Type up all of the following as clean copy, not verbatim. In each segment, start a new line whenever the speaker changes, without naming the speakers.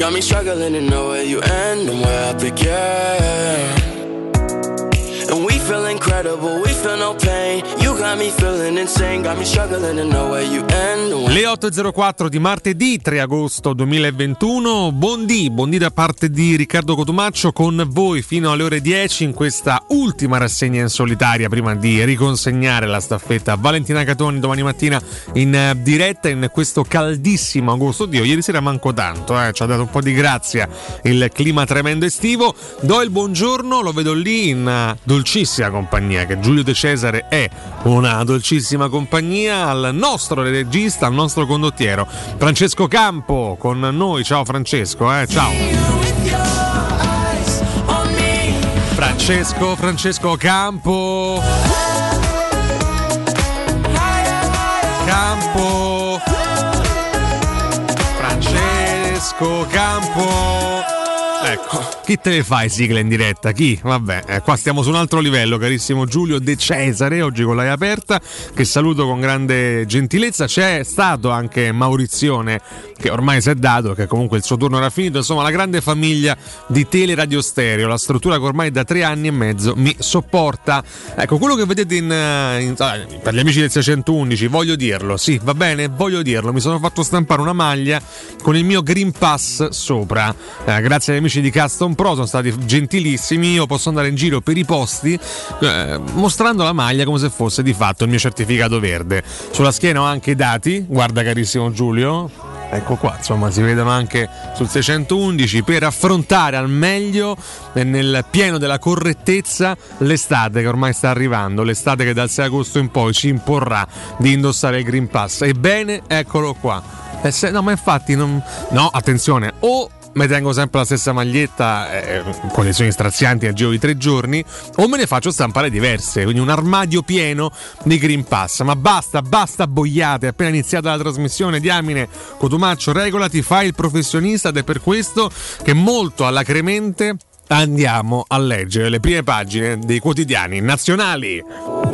Got me struggling to know where you end and where I begin. And we feel incredible, we feel no pain. You got me feeling insane, got me struggling to know where you end.
Le 8.04 di martedì 3 agosto 2021. Buondì da parte di Riccardo Cotumaccio con voi fino alle ore 10 in questa ultima rassegna in solitaria prima di riconsegnare la staffetta a Valentina Catoni domani mattina in diretta in questo caldissimo agosto. Oddio, ieri sera manco tanto, ci ha dato un po' di grazia il clima tremendo estivo. Do il buongiorno, lo vedo lì in dolcissima compagnia, che Giulio De Cesare è una dolcissima compagnia, al nostro regista, al nostro condottiero Francesco Campo con noi. Ciao Francesco, ciao Francesco Campo Francesco Campo. Ecco, chi te le fai sigle in diretta? Chi? Vabbè, qua stiamo su un altro livello, carissimo Giulio De Cesare, oggi con l'Ai aperta, che saluto con grande gentilezza. C'è stato anche Maurizione, che ormai si è dato, che comunque il suo turno era finito. Insomma, la grande famiglia di Teleradio Stereo, la struttura che ormai da 3 anni e mezzo mi sopporta. Ecco, quello che vedete per gli amici del 611, voglio dirlo, sì, va bene, voglio dirlo, mi sono fatto stampare una maglia con il mio Green Pass sopra, grazie agli amici di Custom Pro, sono stati gentilissimi. Io posso andare in giro per i posti mostrando la maglia come se fosse di fatto il mio certificato verde. Sulla schiena ho anche i dati, guarda carissimo Giulio, ecco qua, insomma si vedono anche sul 611, per affrontare al meglio e nel pieno della correttezza l'estate che ormai sta arrivando, l'estate che dal 6 agosto in poi ci imporrà di indossare il Green Pass. Ebbene, eccolo qua. No, ma infatti no, attenzione, o mi tengo sempre la stessa maglietta con lezioni strazianti al giro di 3 giorni, o me ne faccio stampare diverse, quindi un armadio pieno di Green Pass. Ma basta boiate, è appena iniziata la trasmissione, diamine Cotumaccio, regolati, fai il professionista, ed è per questo che molto alacremente andiamo a leggere le prime pagine dei quotidiani nazionali.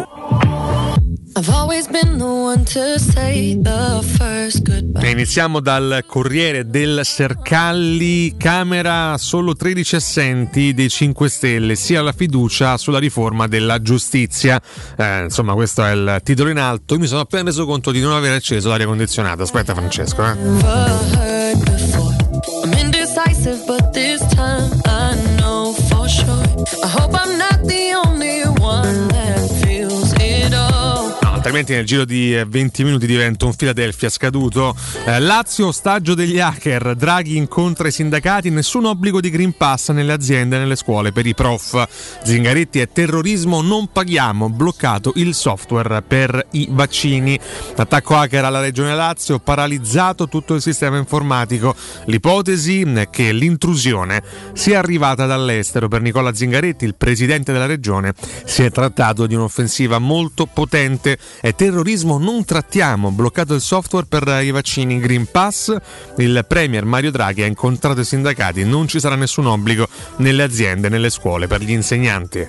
E iniziamo dal Corriere del Sercalli. Camera, solo 13 assenti dei 5 Stelle, sia la fiducia sulla riforma della giustizia. Insomma, questo è il titolo in alto. Io mi sono appena reso conto di non aver acceso l'aria condizionata. Aspetta Francesco, altrimenti nel giro di 20 minuti divento un Philadelphia scaduto. Lazio, ostaggio degli hacker, Draghi incontra i sindacati, nessun obbligo di Green Pass nelle aziende e nelle scuole per i prof. Zingaretti, è terrorismo, non paghiamo, bloccato il software per i vaccini. Attacco hacker alla regione Lazio, paralizzato tutto il sistema informatico. L'ipotesi è che l'intrusione sia arrivata dall'estero. Per Nicola Zingaretti, il presidente della regione, si è trattato di un'offensiva molto potente. È terrorismo, non trattiamo, bloccato il software per i vaccini, Green Pass. Il premier Mario Draghi ha incontrato i sindacati, non ci sarà nessun obbligo nelle aziende e nelle scuole per gli insegnanti.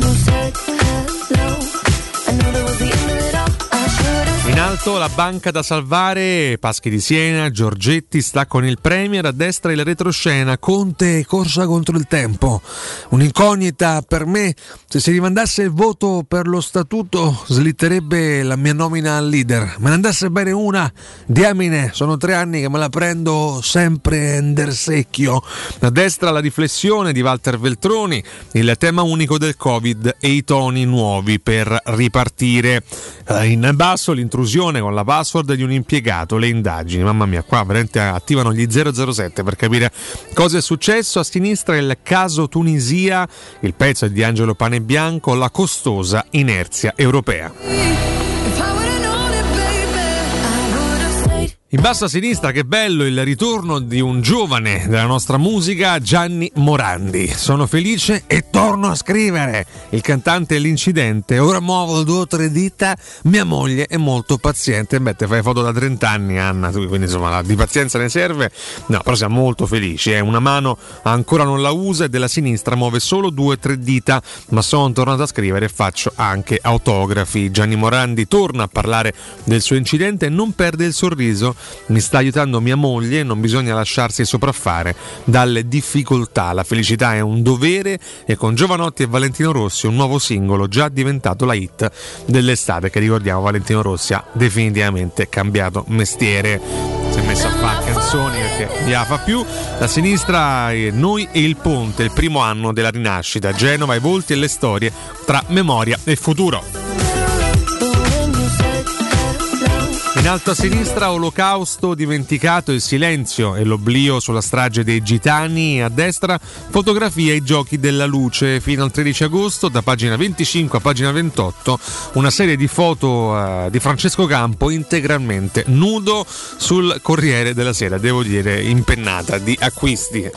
In alto la banca da salvare, Paschi di Siena, Giorgetti sta con il premier, a destra il retroscena, Conte corsa contro il tempo. Un'incognita per me, se si rimandasse il voto per lo statuto slitterebbe la mia nomina al leader. Me ne andasse bene una, diamine, sono 3 anni che me la prendo sempre in secchio. A destra la riflessione di Walter Veltroni, il tema unico del Covid e i toni nuovi per ripartire. In basso l'intrusione con la password di un impiegato, le indagini, mamma mia, qua veramente attivano gli 007 per capire cosa è successo. A sinistra il caso Tunisia, il pezzo è di Angelo Panebianco, la costosa inerzia europea. In basso a sinistra, che bello il ritorno di un giovane della nostra musica, Gianni Morandi. Sono felice e torno a scrivere. Il cantante e l'incidente, ora muovo 2 o 3 dita, mia moglie è molto paziente. Beh, te fai foto da 30 anni, Anna, quindi insomma di pazienza ne serve. No, però siamo molto felici. Una mano ancora non la usa e della sinistra muove solo 2 o 3 dita, ma sono tornato a scrivere e faccio anche autografi. Gianni Morandi torna a parlare del suo incidente e non perde il sorriso. mi sta aiutando mia moglie, non bisogna lasciarsi sopraffare dalle difficoltà, la felicità è un dovere, e con Giovanotti e Valentino Rossi un nuovo singolo già diventato la hit dell'estate, che ricordiamo Valentino Rossi ha definitivamente cambiato mestiere, si è messo a fare canzoni perché gliela fa più. La sinistra, Noi e il Ponte, il primo anno della rinascita, Genova, i volti e le storie tra memoria e futuro. In alto a sinistra Olocausto dimenticato, il silenzio e l'oblio sulla strage dei gitani. A destra fotografia i giochi della luce. Fino al 13 agosto, da pagina 25 a pagina 28, una serie di foto di Francesco Campo integralmente nudo sul Corriere della Sera, devo dire impennata di acquisti.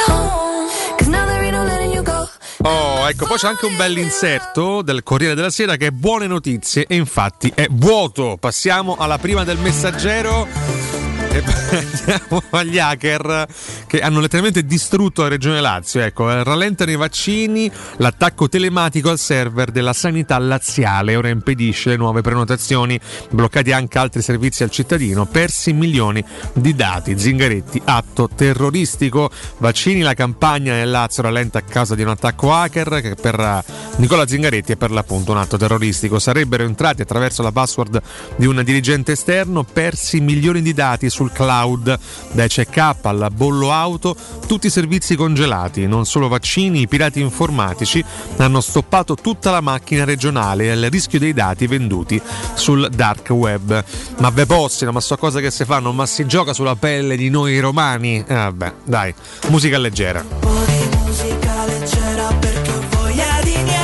Oh, ecco, poi c'è anche un bel inserto del Corriere della Sera che è buone notizie, e infatti è vuoto. Passiamo alla prima del Messaggero e andiamo agli hacker che hanno letteralmente distrutto la regione Lazio. Ecco, rallentano i vaccini, l'attacco telematico al server della sanità laziale ora impedisce le nuove prenotazioni, bloccati anche altri servizi al cittadino, persi milioni di dati. Zingaretti, atto terroristico. Vaccini, la campagna nel Lazio rallenta a causa di un attacco hacker che per Nicola Zingaretti è per l'appunto un atto terroristico. Sarebbero entrati attraverso la password di un dirigente esterno, persi milioni di dati sul cloud, dai check-up al bollo auto, tutti i servizi congelati. Non solo vaccini, i pirati informatici hanno stoppato tutta la macchina regionale e al rischio dei dati venduti sul dark web. Ma ve possino, ma so cose che si fanno, ma si gioca sulla pelle di noi romani. Vabbè, dai, musica leggera.
Musica leggera perché ho voglia di niente.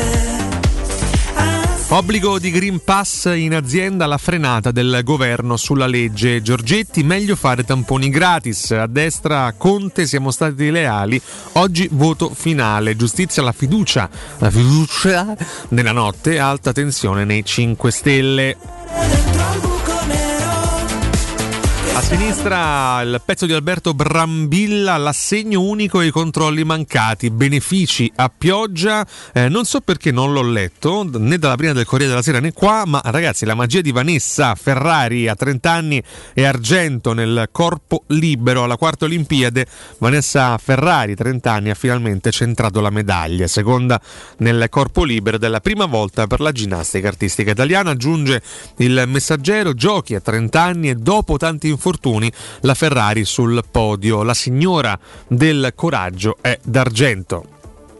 Obbligo di Green Pass in azienda, la frenata del governo sulla legge. Giorgetti, meglio fare tamponi gratis. A destra Conte, siamo stati leali. Oggi voto finale. Giustizia, la fiducia nella notte, alta tensione nei 5 Stelle. A sinistra il pezzo di Alberto Brambilla, l'assegno unico e i controlli mancati, benefici a pioggia. Non so perché non l'ho letto né dalla prima del Corriere della Sera né qua, ma ragazzi, la magia di Vanessa Ferrari a 30 anni e argento nel corpo libero alla quarta Olimpiade. Vanessa Ferrari, 30 anni, ha finalmente centrato la medaglia, seconda nel corpo libero della prima volta per la ginnastica artistica italiana. Aggiunge il Messaggero, giochi a 30 anni e dopo tanti infortuni la Ferrari sul podio. La signora del coraggio è d'argento.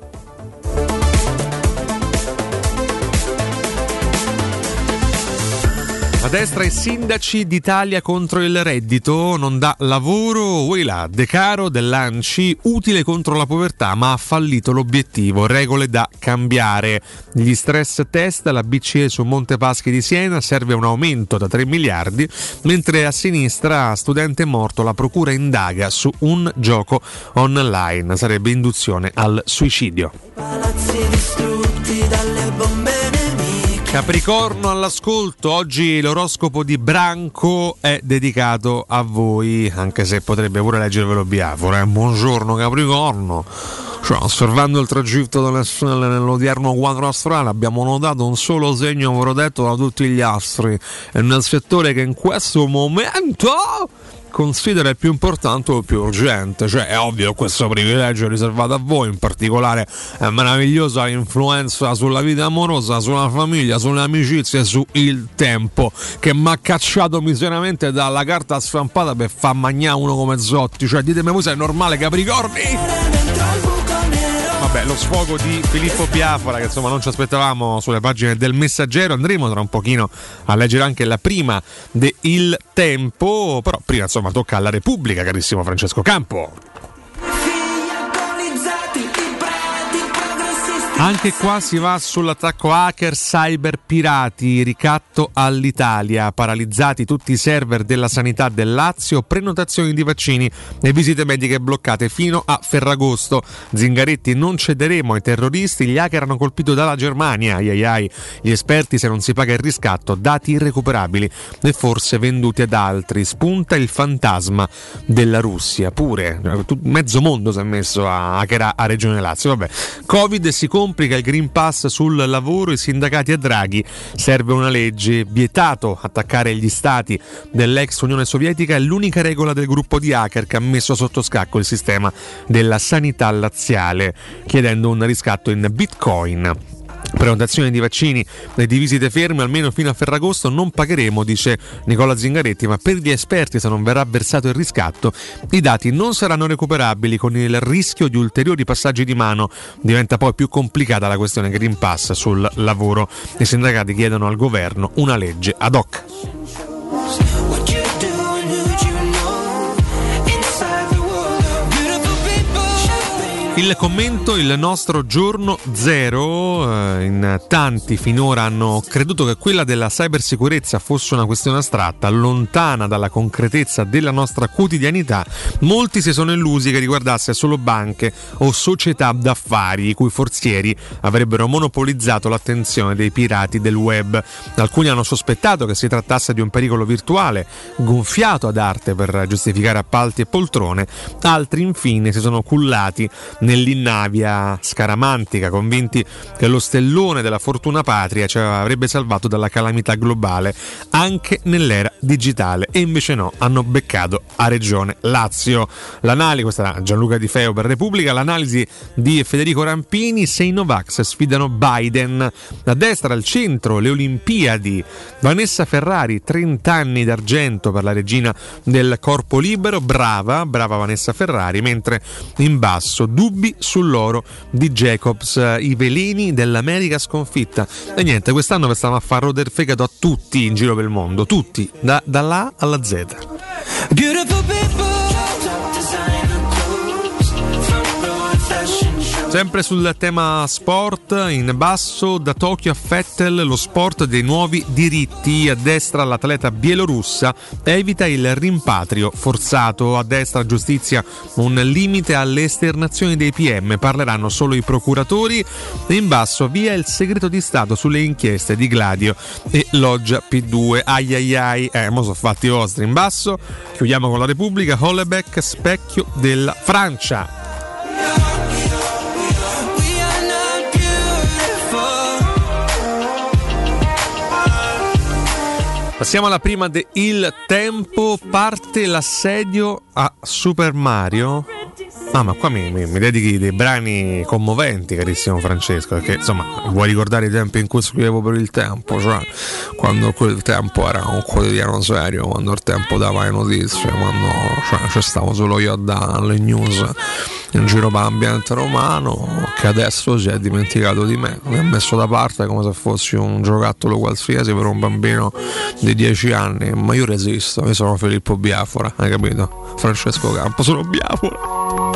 A destra i sindaci d'Italia contro il reddito, non dà lavoro, voilà, Decaro dell'Anci, utile contro la povertà ma ha fallito l'obiettivo, regole da cambiare. Gli stress test, la BCE su Monte Paschi di Siena, serve un aumento da 3 miliardi, mentre a sinistra studente morto, la procura indaga su un gioco online, sarebbe induzione al suicidio.
Palazzi distrutti dalle bombe nemiche.
Capricorno all'ascolto, oggi l'oroscopo di Branco è dedicato a voi, anche se potrebbe pure leggervelo Biafora. Buongiorno Capricorno. Cioè, osservando il tragitto delle stelle nell'odierno quadro astrale abbiamo notato un solo segno protetto da tutti gli astri, e nel settore che in questo momento considera il più importante o il più urgente. Cioè, è ovvio, questo privilegio è riservato a voi, in particolare è meravigliosa l'influenza sulla vita amorosa, sulla famiglia, sulle amicizie, su il tempo, che mi ha cacciato miseramente dalla carta stampata per far mangiare uno come Zotti. Cioè, ditemi voi se è normale, Capricorni? Vabbè, lo sfogo di Filippo Biafora, che insomma non ci aspettavamo, sulle pagine del Messaggero. Andremo tra un pochino a leggere anche la prima de Il Tempo, però prima insomma tocca alla Repubblica, carissimo Francesco Campo. Anche qua si va sull'attacco hacker, cyber pirati, ricatto all'Italia, paralizzati tutti i server della sanità del Lazio, prenotazioni di vaccini e visite mediche bloccate fino a Ferragosto. Zingaretti, non cederemo ai terroristi, gli hacker hanno colpito dalla Germania, ai, gli esperti, se non si paga il riscatto, dati irrecuperabili e forse venduti ad altri. Spunta il fantasma della Russia, pure mezzo mondo si è messo a hackerare a Regione Lazio. Vabbè, Covid si compra complica il Green Pass sul lavoro, i sindacati a Draghi, serve una legge, vietato attaccare gli stati dell'ex Unione Sovietica, è l'unica regola del gruppo di hacker che ha messo sotto scacco il sistema della sanità laziale, chiedendo un riscatto in Bitcoin. Prenotazione di vaccini e di visite ferme almeno fino a Ferragosto non pagheremo, dice Nicola Zingaretti, ma per gli esperti, se non verrà versato il riscatto, i dati non saranno recuperabili, con il rischio di ulteriori passaggi di mano. Diventa poi più complicata la questione Green Pass sul lavoro. I sindacati chiedono al governo una legge ad hoc. Il commento, il nostro giorno zero. In tanti finora hanno creduto che quella della cybersicurezza fosse una questione astratta, lontana dalla concretezza della nostra quotidianità. Molti si sono illusi che riguardasse solo banche o società d'affari, i cui forzieri avrebbero monopolizzato l'attenzione dei pirati del web. Alcuni hanno sospettato che si trattasse di un pericolo virtuale, gonfiato ad arte per giustificare appalti e poltrone. Altri infine si sono cullati nell'innavia scaramantica, convinti che lo stellone della fortuna patria ci avrebbe salvato dalla calamità globale anche nell'era digitale, e invece no, hanno beccato a Regione Lazio. L'analisi, questa era Gianluca Di Feo per Repubblica, l'analisi di Federico Rampini: se i Novax sfidano Biden. A destra, al centro, le Olimpiadi, Vanessa Ferrari, 30 anni d'argento per la regina del corpo libero, brava Vanessa Ferrari, mentre in basso dubbi sull'oro di Jacobs, i veleni dell'America sconfitta. E niente, quest'anno stavamo a far rodere fegato a tutti in giro per il mondo, tutti, dall'A alla Z. Sempre sul tema sport, in basso, da Tokyo a Vettel, lo sport dei nuovi diritti. A destra, l'atleta bielorussa evita il rimpatrio forzato. A destra, giustizia, un limite alle esternazioni dei PM, parleranno solo i procuratori. E in basso, via il segreto di Stato sulle inchieste di Gladio e Loggia P2. Mo sono fatti i vostri. In basso, chiudiamo con la Repubblica, Hollebeck, specchio della Francia. Passiamo alla prima de Il Tempo, parte l'assedio a Super Mario. Ma qua mi dedichi dei brani commoventi, carissimo Francesco, perché insomma vuoi ricordare i tempi in cui scrivevo per Il Tempo, cioè quando quel tempo era un quotidiano serio, quando Il Tempo dava le notizie, quando ci stavo solo io a dare le news in giro per l'ambiente romano, che adesso si è dimenticato di me, mi ha messo da parte come se fossi un giocattolo qualsiasi per un bambino di 10 anni, ma io resisto, io sono Filippo Biafora, hai capito? Francesco Campo, sono Biafora.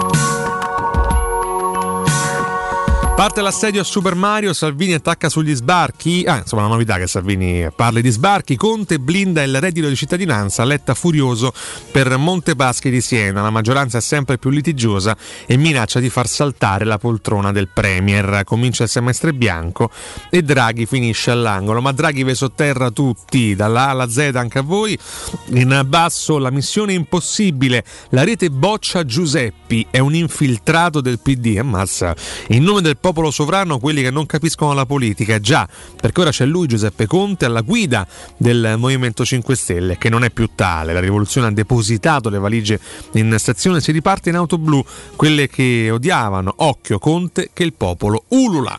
Parte l'assedio a Super Mario, Salvini attacca sugli sbarchi. Insomma, la novità che Salvini parli di sbarchi. Conte blinda il reddito di cittadinanza, Letta furioso per Montepaschi di Siena. La maggioranza è sempre più litigiosa e minaccia di far saltare la poltrona del Premier. Comincia il semestre bianco e Draghi finisce all'angolo, ma Draghi ve sotterra tutti, dalla A alla Z anche a voi. In basso, la missione impossibile, la rete boccia Giuseppi, è un infiltrato del PD, ammazza, in nome del popolo sovrano, quelli che non capiscono la politica. Già, perché ora c'è lui, Giuseppe Conte, alla guida del Movimento 5 Stelle, che non è più tale. La rivoluzione ha depositato le valigie in stazione, si riparte in auto blu, quelle che odiavano. Occhio Conte, che il popolo ulula.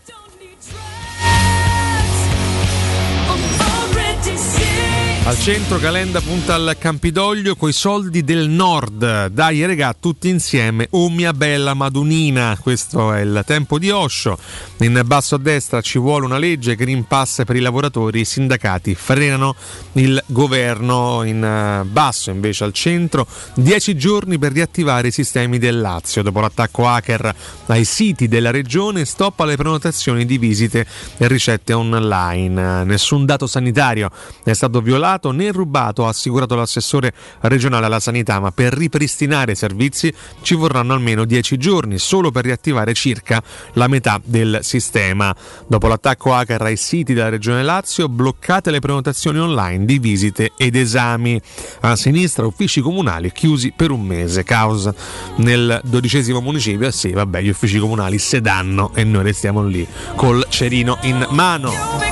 Al centro Calenda punta al Campidoglio coi soldi del Nord. Dai regà tutti insieme, oh mia bella Madunina. Questo è il tempo di Osho. In basso a destra ci vuole una legge, Green Pass per i lavoratori, i sindacati frenano il governo. In basso invece al centro 10 giorni per riattivare i sistemi del Lazio. Dopo l'attacco hacker ai siti della regione, stop alle prenotazioni di visite e ricette online. Nessun dato sanitario è stato violato. usato né rubato, ha assicurato l'assessore regionale alla sanità, ma per ripristinare i servizi ci vorranno almeno 10 giorni, solo per riattivare circa la metà del sistema. Dopo l'attacco hacker ai siti della regione Lazio, bloccate le prenotazioni online di visite ed esami. A sinistra uffici comunali chiusi per un mese, caos nel 12° municipio. Sì, vabbè, gli uffici comunali se danno e noi restiamo lì col cerino in mano.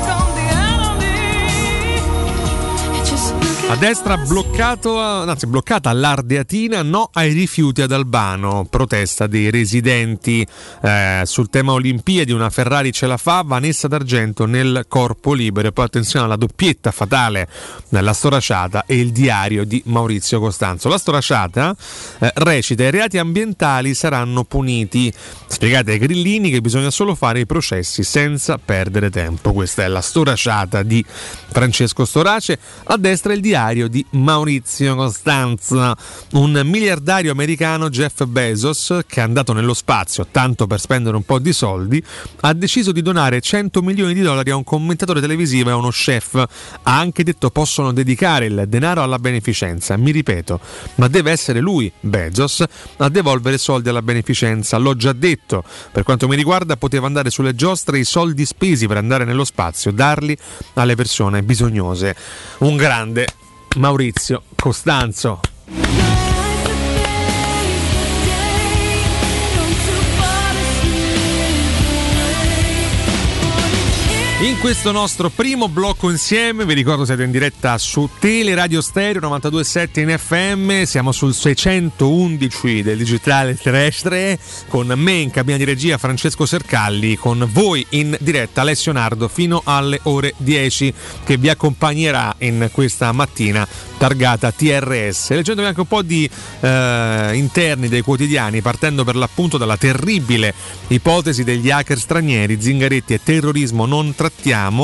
A destra bloccata l'Ardeatina, no ai rifiuti ad Albano, protesta dei residenti sul tema Olimpiadi, una Ferrari ce la fa, Vanessa D'Argento nel corpo libero. E poi attenzione alla doppietta fatale nella storacciata e il diario di Maurizio Costanzo. La storacciata recita: i reati ambientali saranno puniti, spiegate ai grillini che bisogna solo fare i processi senza perdere tempo. Questa è la storacciata di Francesco Storace. A destra il diario di Maurizio Costanzo. Un miliardario americano, Jeff Bezos, che è andato nello spazio tanto per spendere un po' di soldi, ha deciso di donare $100 milioni a un commentatore televisivo e a uno chef. Ha anche detto possono dedicare il denaro alla beneficenza. Mi ripeto, ma deve essere lui, Bezos, a devolvere soldi alla beneficenza. L'ho già detto, per quanto mi riguarda poteva andare sulle giostre i soldi spesi per andare nello spazio, darli alle persone bisognose. Un grande Maurizio Costanzo. In questo nostro primo blocco insieme, vi ricordo siete in diretta su Teleradio Stereo 92.7 in FM, siamo sul 611 del digitale terrestre, con me in cabina di regia Francesco Sercalli, con voi in diretta Alessio Nardo fino alle ore 10, che vi accompagnerà in questa mattina targata TRS, leggendovi anche un po' di interni dei quotidiani, partendo per l'appunto dalla terribile ipotesi degli hacker stranieri, Zingaretti e terrorismo non trattiamo.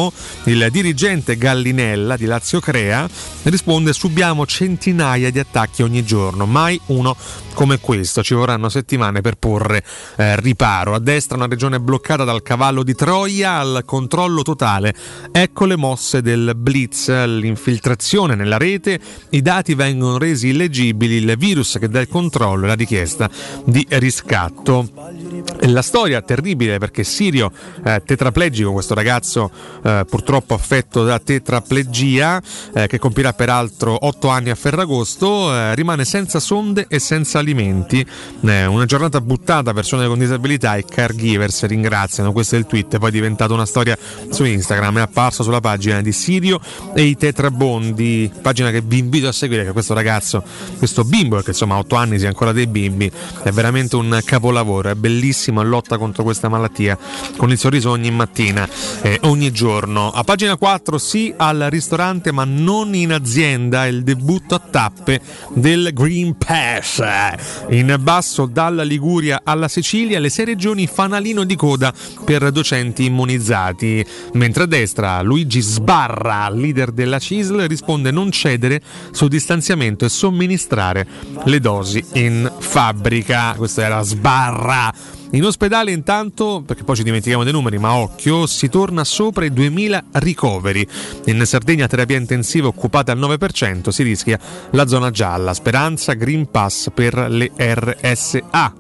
Il dirigente Gallinella di Lazio Crea risponde: subiamo centinaia di attacchi ogni giorno, mai uno come questo, ci vorranno settimane per porre riparo. A destra una regione bloccata dal cavallo di Troia al controllo totale, ecco le mosse del blitz, l'infiltrazione nella rete, i dati vengono resi illeggibili, il virus che dà il controllo e la richiesta di riscatto. La storia terribile perché Sirio, tetraplegico, questo ragazzo purtroppo affetto da tetraplegia, che compirà peraltro 8 anni a Ferragosto, rimane senza sonde e senza alimenti. Una giornata buttata, persone con disabilità e caregivers ringraziano. Questo è il tweet, poi è diventato una storia su Instagram, è apparso sulla pagina di Sirio e i Tetrabondi, pagina che vi invito a seguire, che questo ragazzo, questo bimbo, che insomma a 8 anni sia ancora dei bimbi, è veramente un capolavoro, è bellissimo, lotta contro questa malattia con il sorriso ogni mattina, ogni giorno. A pagina 4 sì al ristorante ma non in azienda, il debutto a tappe del Green Pass. In basso dalla Liguria alla Sicilia, le 6 regioni fanalino di coda per docenti immunizzati, mentre a destra Luigi Sbarra, leader della CISL, risponde non cedere su distanziamento e somministrare le dosi in fabbrica. Questo era Sbarra. In ospedale intanto, perché poi ci dimentichiamo dei numeri, ma occhio, si torna sopra i 2000 ricoveri. In Sardegna terapia intensiva occupata al 9%, si rischia la zona gialla. Speranza, Green Pass per le RSA.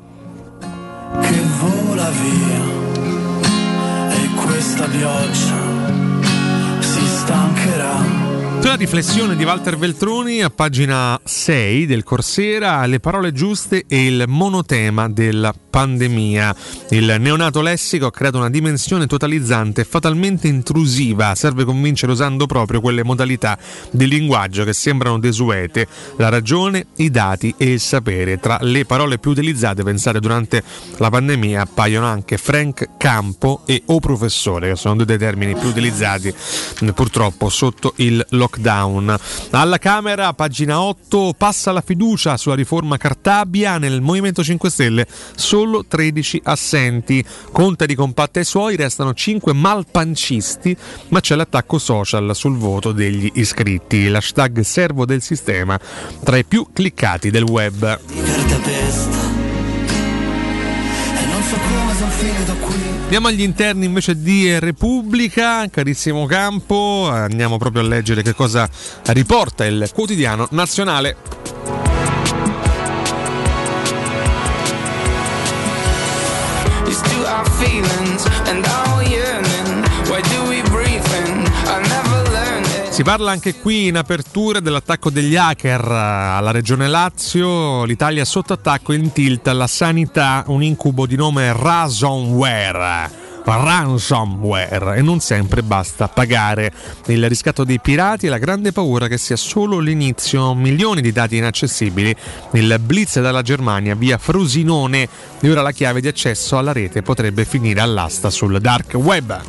Che vola via e questa pioggia si stancherà.
La riflessione di Walter Veltroni a pagina 6 del Corsera, le parole giuste e il monotema della pandemia. Il neonato lessico ha creato una dimensione totalizzante e fatalmente intrusiva, serve convincere usando proprio quelle modalità di linguaggio che sembrano desuete, la ragione, i dati e il sapere. Tra le parole più utilizzate, pensate, durante la pandemia appaiono anche Frank Campo e O professore, che sono due dei termini più utilizzati purtroppo sotto il lockdown. Alla Camera, pagina 8, passa la fiducia sulla riforma Cartabia, nel Movimento 5 Stelle solo 13 assenti. Conte ricompatta ai suoi, restano 5 malpancisti, ma c'è l'attacco social sul voto degli iscritti. L'hashtag servo del sistema tra i più cliccati del web.
Di cartapesta e non so come sono finito qui.
Andiamo agli interni invece di Repubblica, carissimo Campo, andiamo proprio a leggere che cosa riporta il quotidiano nazionale. Si parla anche qui in apertura dell'attacco degli hacker alla regione Lazio, l'Italia sotto attacco, in tilt la sanità, un incubo di nome ransomware, e non sempre basta pagare. Il riscatto dei pirati e la grande paura che sia solo l'inizio, milioni di dati inaccessibili, il blitz dalla Germania via Frosinone e ora la chiave di accesso alla rete potrebbe finire all'asta sul dark web.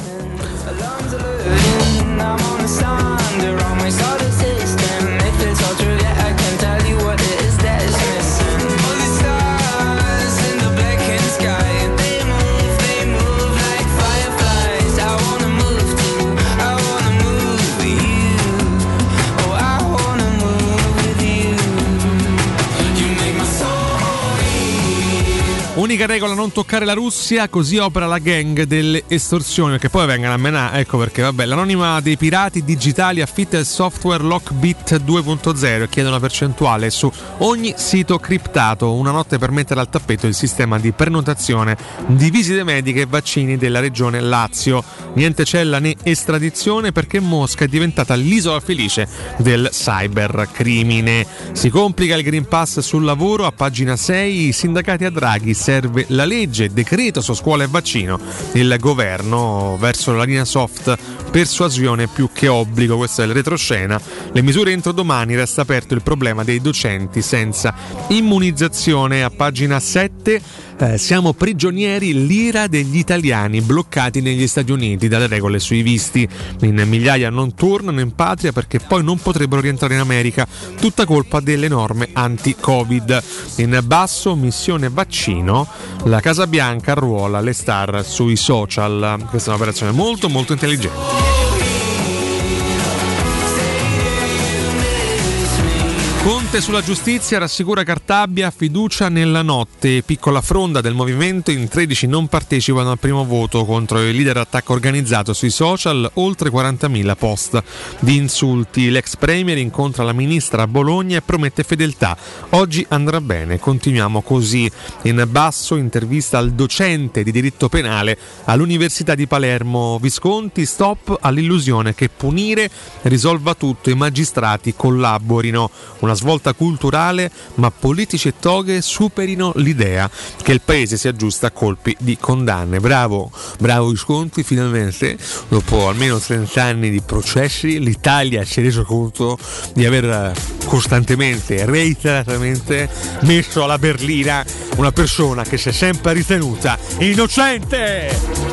Unica regola: non toccare la Russia, così opera la gang delle estorsioni, che poi vengono a menare. Ecco perché, vabbè, l'anonima dei pirati digitali affitta il software Lockbit 2.0 e chiede una percentuale su ogni sito criptato. Una notte per mettere al tappeto il sistema di prenotazione di visite mediche e vaccini della regione Lazio. Niente cella né estradizione, perché Mosca è diventata l'isola felice del cybercrimine. Si complica il Green Pass sul lavoro, a pagina 6 i sindacati a Draghi. Serve la legge, decreto su scuola e vaccino, il governo verso la linea soft, persuasione più che obbligo. Questo è il retroscena. Le misure entro domani, resta aperto il problema dei docenti senza immunizzazione. A pagina 7 siamo prigionieri, l'ira degli italiani bloccati negli Stati Uniti dalle regole sui visti. In migliaia non tornano in patria perché poi non potrebbero rientrare in America, tutta colpa delle norme anti-Covid. In basso, missione vaccino, la Casa Bianca arruola le star sui social. Questa è un'operazione molto molto intelligente. Conte sulla giustizia, rassicura Cartabia, fiducia nella notte. Piccola fronda del movimento, in 13 non partecipano al primo voto contro il leader attacco organizzato sui social, oltre 40.000 post di insulti. L'ex premier incontra la ministra a Bologna e promette fedeltà. Oggi andrà bene, continuiamo così. In basso, intervista al docente di diritto penale all'Università di Palermo Visconti, stop all'illusione che punire risolva tutto, i magistrati collaborino. Una svolta culturale, ma politici e toghe superino l'idea che il paese si aggiusta a colpi di condanne. Bravo Visconti, finalmente dopo almeno 30 anni di processi l'Italia si è reso conto di aver costantemente, reiteratamente messo alla berlina una persona che si è sempre ritenuta innocente.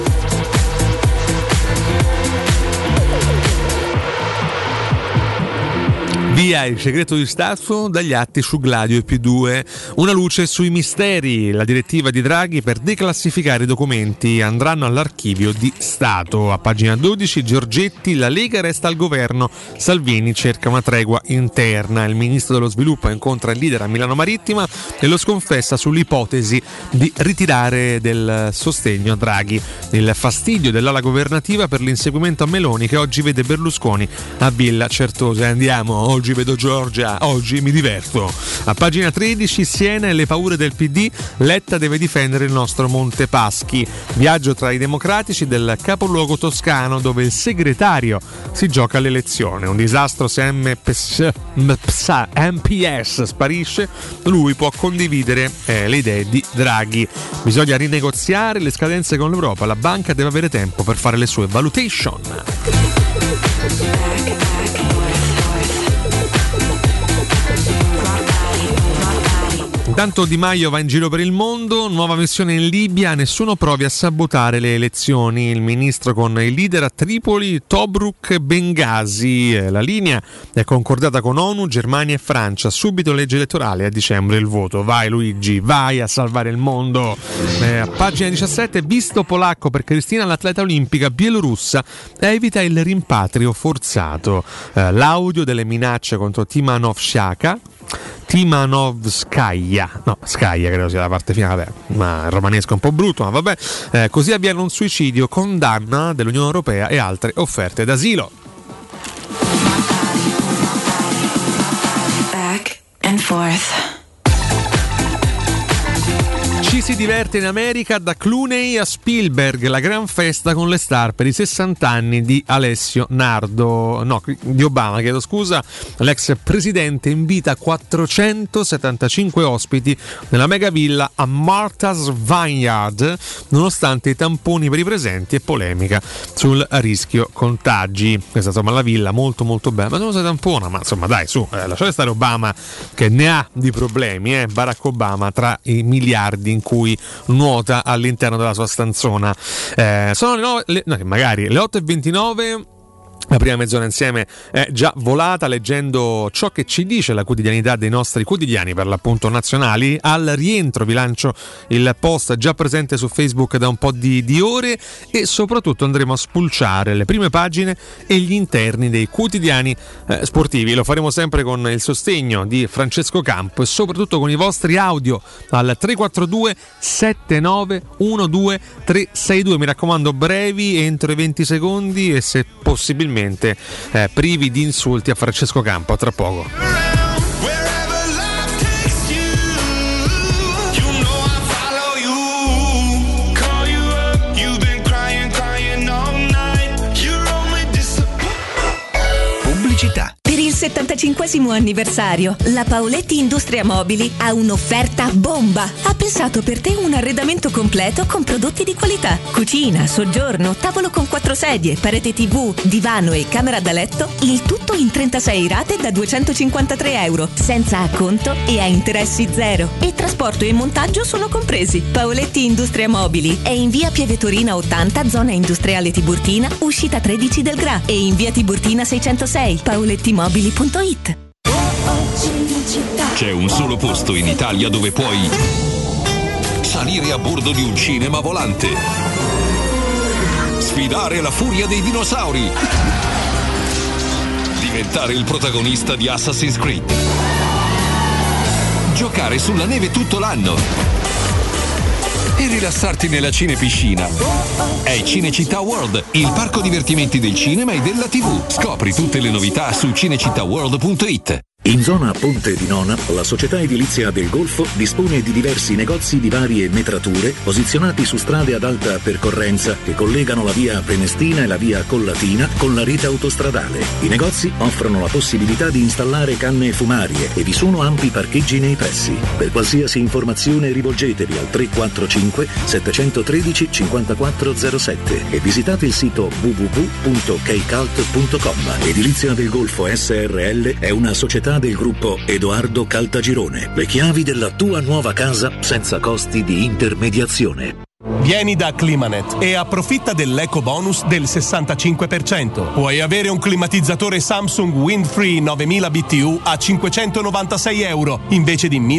Via il segreto di Stato dagli atti su Gladio e P2. Una luce sui misteri. La direttiva di Draghi per declassificare i documenti andranno all'archivio di Stato. A pagina 12 Giorgetti, la Lega resta al governo. Salvini cerca una tregua interna. Il ministro dello sviluppo incontra il leader a Milano Marittima e lo sconfessa sull'ipotesi di ritirare del sostegno a Draghi. Il fastidio dell'ala governativa per l'inseguimento a Meloni, che oggi vede Berlusconi a Villa Certosa. Andiamo, oggi vedo Giorgia, oggi mi diverto. A pagina 13 Siena e le paure del PD, Letta deve difendere il nostro Montepaschi. Viaggio tra i democratici del capoluogo toscano, dove il segretario si gioca l'elezione. Un disastro se MPS sparisce, lui può condividere le idee di Draghi. Bisogna rinegoziare le scadenze con l'Europa, la banca deve avere tempo per fare le sue valutation. Intanto Di Maio va in giro per il mondo, nuova missione in Libia, nessuno provi a sabotare le elezioni. Il ministro con il leader a Tripoli, Tobruk e Bengasi. La linea è concordata con ONU, Germania e Francia. Subito legge elettorale, a dicembre il voto. Vai Luigi, vai a salvare il mondo. A pagina 17, visto polacco per Cristina, l'atleta olimpica bielorussa evita il rimpatrio forzato. L'audio delle minacce contro Timanov Shaka Timanovskaya, no, Skaya credo sia la parte finale, ma il romanesco è un po' brutto, ma vabbè. Così avviene un suicidio, condanna dell'Unione Europea e altre offerte d'asilo.
Back and forth.
Ci si diverte in America da Clooney a Spielberg, la gran festa con le star per i 60 anni di di Obama, chiedo scusa. L'ex presidente invita 475 ospiti nella mega villa a Martha's Vineyard, nonostante i tamponi per i presenti e polemica sul rischio contagi. Questa insomma la villa molto molto bella, ma non si tampona, ma insomma dai su, lasciate stare Obama che ne ha di problemi, Barack Obama tra i miliardi in cui nuota all'interno della sua stanzona. Sono le 8:29. La prima mezz'ora insieme è già volata leggendo ciò che ci dice la quotidianità dei nostri quotidiani, per l'appunto nazionali. Al rientro vi lancio il post già presente su Facebook da un po' di ore, e soprattutto andremo a spulciare le prime pagine e gli interni dei quotidiani sportivi. Lo faremo sempre con il sostegno di Francesco Campo e soprattutto con i vostri audio al 342 7912 362. Mi raccomando, brevi, entro i 20 secondi e se possibilmente privi di insulti a Francesco Campo. A tra poco.
Pubblicità.
Per il 75° anniversario, la Paoletti Industria Mobili ha un'offerta bomba. Ha pensato per te un arredamento completo con prodotti di qualità. Cucina, soggiorno, tavolo con 4 sedie, parete TV, divano e camera da letto, il tutto in 36 rate da €253, senza acconto e a interessi zero. E trasporto e montaggio sono compresi. Paoletti Industria Mobili è in via Pievetorina 80, zona industriale Tiburtina, uscita 13 del Gra, e in via Tiburtina 606, paolettimobili.it.
C'è un solo posto in Italia dove puoi salire a bordo di un cinema volante, sfidare la furia dei dinosauri, diventare il protagonista di Assassin's Creed, giocare sulla neve tutto l'anno e rilassarti nella cinepiscina. È Cinecittà World, il parco divertimenti del cinema e della TV. Scopri tutte le novità su cinecittàworld.it.
In zona Ponte di Nona, la società edilizia del Golfo dispone di diversi negozi di varie metrature posizionati su strade ad alta percorrenza che collegano la via Prenestina e la via Collatina con la rete autostradale. I negozi offrono la possibilità di installare canne fumarie e vi sono ampi parcheggi nei pressi. Per qualsiasi informazione rivolgetevi al 345 713 5407 e visitate il sito www.keicalt.com. Edilizia del Golfo SRL è una società del gruppo Edoardo Caltagirone. Le chiavi della tua nuova casa senza costi di intermediazione.
Vieni da Climanet e approfitta dell'eco bonus del 65%. Puoi avere un climatizzatore Samsung Windfree 9000 BTU a €596 invece di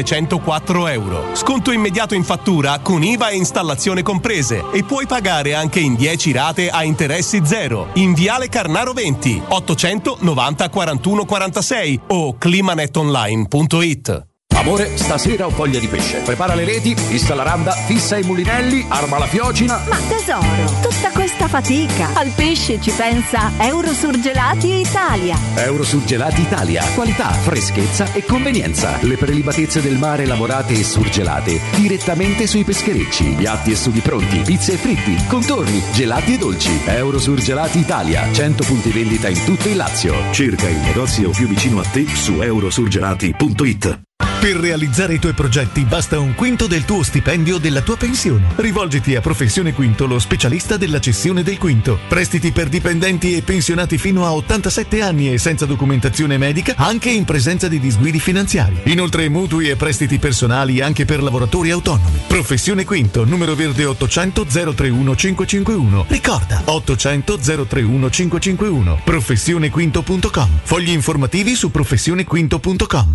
€1.704. Sconto immediato in fattura con IVA e installazione comprese, e puoi pagare anche in 10 rate a interessi zero. In Viale Carnaro 20 800 90 41 46 o climanetonline.it.
Amore, stasera ho voglia di pesce. Prepara le reti, fissa la randa, fissa i mulinelli, arma la fiocina.
Ma tesoro, tutta questa fatica. Al pesce ci pensa Eurosurgelati Italia.
Eurosurgelati Italia. Qualità, freschezza e convenienza. Le prelibatezze del mare lavorate e surgelate direttamente sui pescherecci. Piatti e sughi pronti, pizze e fritti, contorni, gelati e dolci. Eurosurgelati Italia. 100 punti vendita in tutto il Lazio.
Cerca il negozio più vicino a te su eurosurgelati.it.
Per realizzare i tuoi progetti basta un quinto del tuo stipendio o della tua pensione. Rivolgiti a Professione Quinto, lo specialista della cessione del quinto. Prestiti per dipendenti e pensionati fino a 87 anni e senza documentazione medica, anche in presenza di disguidi finanziari. Inoltre mutui e prestiti personali anche per lavoratori autonomi. Professione Quinto, numero verde 800 031 551. Ricorda, 800 031 551. Professionequinto.com. Fogli informativi su professionequinto.com.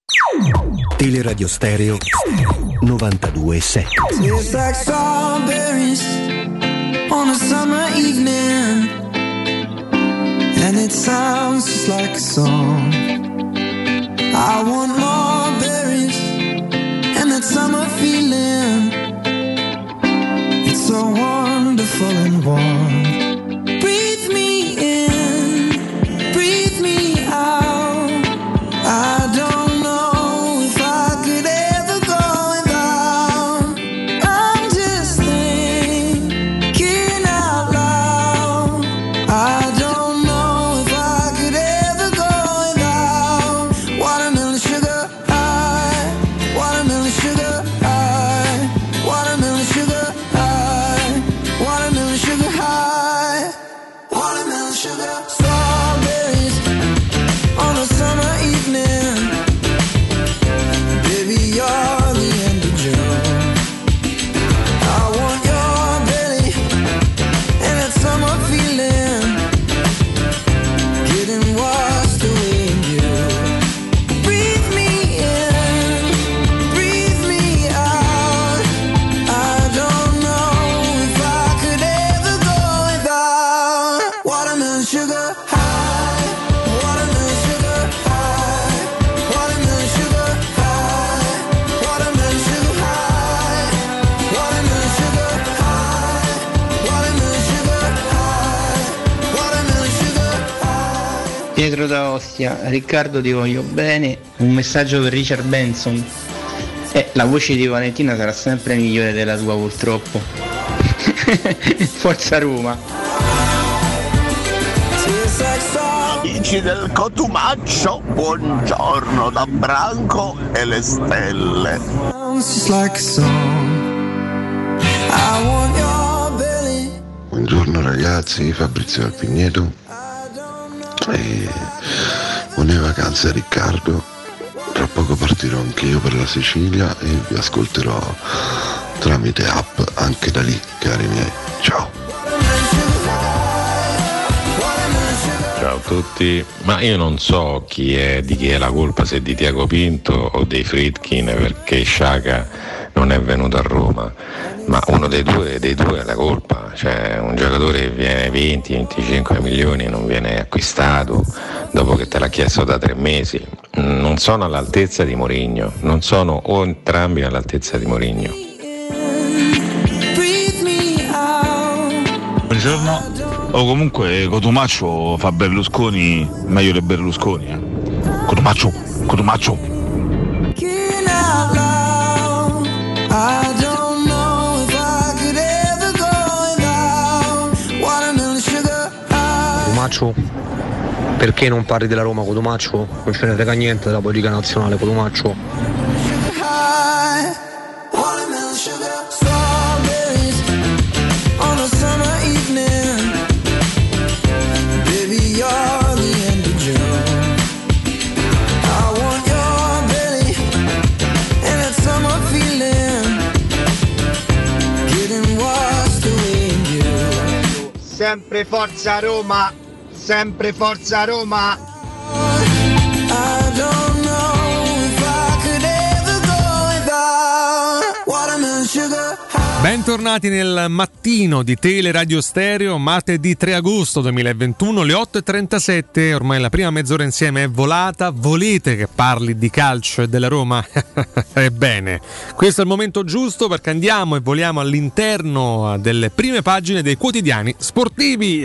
Teleradio Stereo 92.7.
It's like strawberries on a summer evening, and it sounds just like a song. I want more berries and that summer feeling. It's so wonderful and warm. Breathe me in, breathe me out. I don't know if I could ever go without. I'm just thinking out loud. I don't know if I could ever go without watermelon sugar high, watermelon sugar high, watermelon sugar high, watermelon sugar high, watermelon sugar. Strawberries on a summer evening. Baby, you're the end of June. I want your belly and that summer feeling. Getting washed away in you. Breathe me in, breathe me out. I don't know if I could ever go without watermelon sugar high, watermelon sugar high, watermelon sugar high, watermelon sugar high, watermelon sugar high, watermelon sugar high, watermelon sugar high.
Pietro da Ostia, Riccardo ti voglio bene, un messaggio per Richard Benson. La voce di Valentina sarà sempre migliore della tua purtroppo. Forza Roma.
Amici del Cotumaccio, buongiorno da Branco e le stelle.
Just like a song. I want your belly.
Buongiorno ragazzi, Fabrizio del Pigneto. Buone vacanze Riccardo. Tra poco partirò anch'io per la Sicilia e vi ascolterò tramite app anche da lì, cari miei. Ciao.
Ciao a tutti, ma io non so di chi è la colpa, se di Tiago Pinto o dei Friedkin, perché Sciacca non è venuto a Roma, ma uno dei due è la colpa. Cioè un giocatore che viene 20-25 milioni non viene acquistato dopo che te l'ha chiesto da 3 mesi, non sono all'altezza di Mourinho, non sono o entrambi all'altezza di Mourinho.
Buongiorno. O comunque Cotumaccio fa Berlusconi meglio di Berlusconi. Cotumaccio.
Thinking out loud. I don't know if I could ever go without watermelon sugar high.
Cotumaccio, perché non parli della Roma, Cotumaccio? Non ce ne frega niente della politica nazionale, Cotumaccio.
High. Watermelon sugar. Strawberries on a summer evening. Baby, you're the end of June. I want your belly and that summer feeling. Getting washed away in you.
Sempre forza Roma, sempre forza Roma.
I don't know if I could ever go without watermelon sugar high.
Bentornati nel mattino di Teleradio Stereo, martedì 3 agosto 2021, le 8.37, ormai la prima mezz'ora insieme è volata. Volete che parli di calcio e della Roma? Ebbene, questo è il momento giusto, perché andiamo e voliamo all'interno delle prime pagine dei quotidiani sportivi.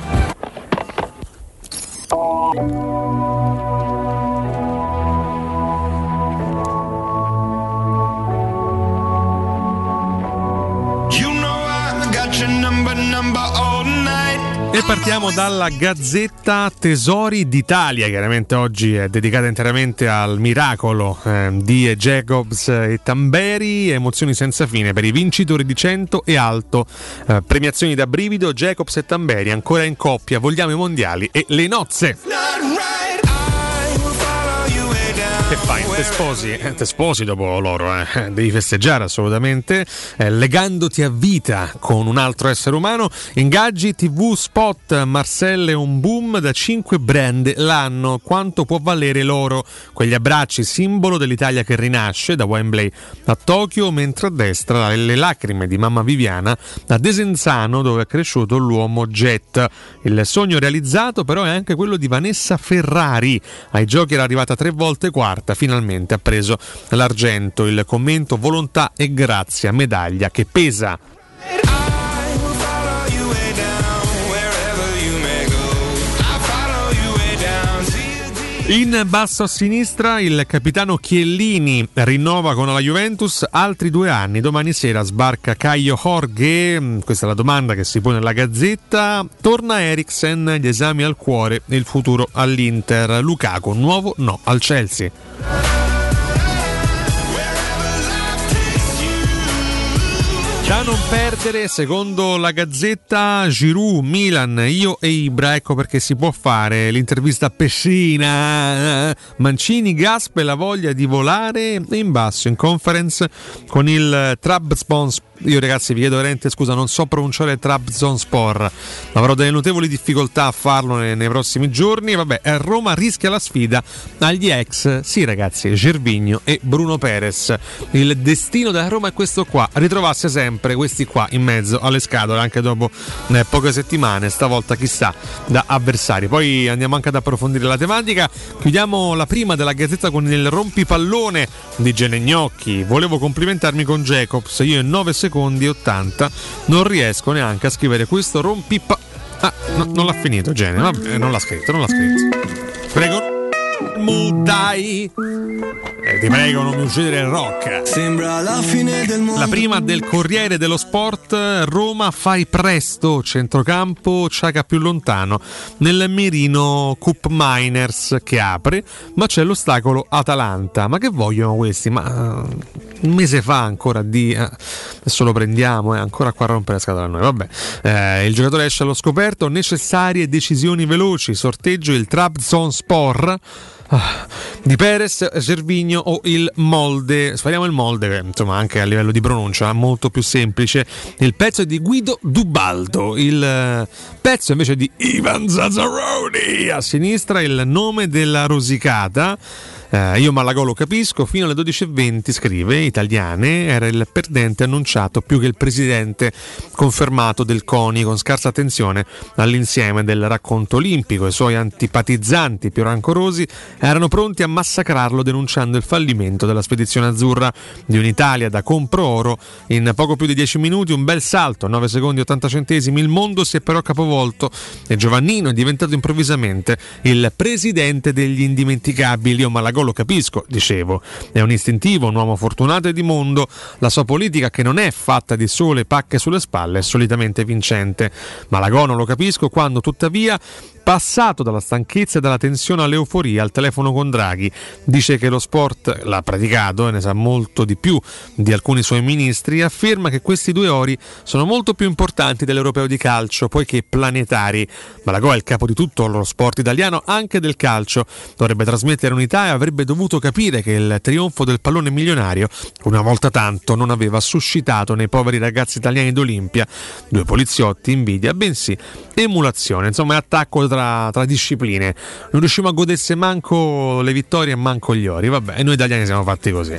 E partiamo dalla Gazzetta Tesori d'Italia, chiaramente oggi è dedicata interamente al miracolo di Jacobs e Tamberi, emozioni senza fine per i vincitori di 100 e alto, premiazioni da brivido, Jacobs e Tamberi ancora in coppia, vogliamo i mondiali e le nozze. Che fai? Te sposi dopo loro, devi festeggiare assolutamente, legandoti a vita con un altro essere umano. Ingaggi, TV, spot, Marcelle è un boom da 5 brand l'anno. Quanto può valere l'oro? Quegli abbracci, simbolo dell'Italia che rinasce, da Wembley a Tokyo, mentre a destra le lacrime di mamma Viviana a Desenzano, dove è cresciuto l'uomo jet. Il sogno realizzato però è anche quello di Vanessa Ferrari. Ai giochi era arrivata 3 volte quarta, Aperta finalmente ha preso l'argento, il commento volontà e grazia, medaglia che pesa. In basso a sinistra il capitano Chiellini rinnova con la Juventus altri 2 anni. Domani sera sbarca Caio Jorge, questa è la domanda che si pone nella Gazzetta. Torna Eriksen, gli esami al cuore e il futuro all'Inter. Lukaku, nuovo no al Chelsea. Da non perdere, secondo la Gazzetta, Giroud, Milan, io e Ibra, ecco perché si può fare l'intervista a Pessina. Mancini, Gasp e la voglia di volare in basso in conference con il Trabzonspor. Io ragazzi vi chiedo veramente scusa, non so pronunciare Trabzonspor, avrò delle notevoli difficoltà a farlo nei prossimi giorni. Vabbè, Roma rischia la sfida agli ex, sì ragazzi, Gervinho e Bruno Perez. Il destino della Roma è questo qua, ritrovarsi sempre questi qua in mezzo alle scatole anche dopo poche settimane, stavolta chissà da avversari. Poi andiamo anche ad approfondire la tematica. Chiudiamo la prima della Gazzetta con il rompipallone di Gelegnocchi. Volevo complimentarmi con Jacobs, io in 9 secondi e 80 non riesco neanche a scrivere questo non l'ha finito Gene, vabbè, non l'ha scritto. Prego, dai, ti prego non mi uccidere il rock.
Sembra la fine del mondo.
La prima del Corriere dello Sport: Roma fai presto, centrocampo Ciaca più lontano nel mirino Cup Miners che apre, ma c'è l'ostacolo Atalanta. Ma che vogliono questi? Ma un mese fa ancora adesso lo prendiamo, ancora qua a rompere la scatola a noi. Vabbè, il giocatore esce allo scoperto, necessarie decisioni veloci, sorteggio il Trabzonspor di Perez, Gervinho o il Molde. Spariamo il Molde, che insomma anche a livello di pronuncia è molto più semplice. Il pezzo è di Guido Dubaldo, il pezzo invece è di Ivan Zazzaroni. A sinistra il nome della rosicata. Io Malagò lo capisco, fino alle 12:20 scrive Italiane, era il perdente annunciato più che il presidente confermato del CONI, con scarsa attenzione all'insieme del racconto olimpico. I suoi antipatizzanti più rancorosi erano pronti a massacrarlo denunciando il fallimento della spedizione azzurra di un'Italia da compro oro. In poco più di 10 minuti un bel salto, 9 secondi e 80 centesimi, il mondo si è però capovolto e Giovannino è diventato improvvisamente il presidente degli indimenticabili. Io Malagò lo capisco, dicevo, è un istintivo, un uomo fortunato e di mondo. La sua politica, che non è fatta di sole pacche sulle spalle, è solitamente vincente. Malagò non lo capisco quando tuttavia, passato dalla stanchezza e dalla tensione all'euforia, al telefono con Draghi, dice che lo sport l'ha praticato e ne sa molto di più di alcuni suoi ministri, afferma che questi 2 ori sono molto più importanti dell'europeo di calcio, poiché planetari. Malagò è il capo di tutto lo sport italiano, anche del calcio, dovrebbe trasmettere unità e avrebbe dovuto capire che il trionfo del pallone milionario, una volta tanto, non aveva suscitato nei poveri ragazzi italiani d'Olimpia 2 poliziotti invidia, bensì emulazione. Insomma, è attacco tra discipline. Non riusciamo a godersi manco le vittorie e manco gli ori. Vabbè, e noi italiani siamo fatti così.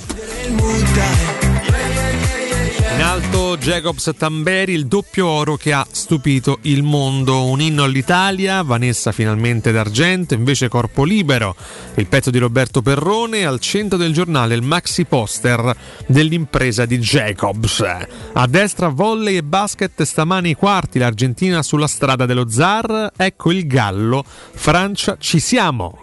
In alto Jacobs Tamberi, il doppio oro che ha stupito il mondo. Un inno all'Italia, Vanessa finalmente d'argento, invece Corpo Libero, il pezzo di Roberto Perrone. Al centro del giornale il maxi poster dell'impresa di Jacobs. A destra volley e basket, stamani i quarti, l'Argentina sulla strada dello zar. Ecco il gallo, Francia ci siamo.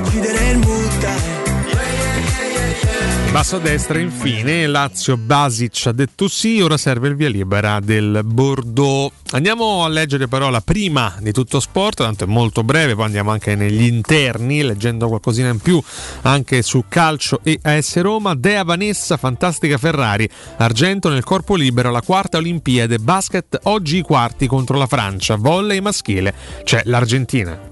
Basso a destra infine Lazio, Basic ha detto sì, ora serve il via libera del Bordeaux. Andiamo a leggere però la prima di Tutto Sport, tanto è molto breve, poi andiamo anche negli interni leggendo qualcosina in più anche su calcio e AS Roma. Dea Vanessa, fantastica Ferrari, argento nel corpo libero, la 4ª Olimpiade. Basket, oggi i quarti contro la Francia. Volley maschile, c'è l'Argentina.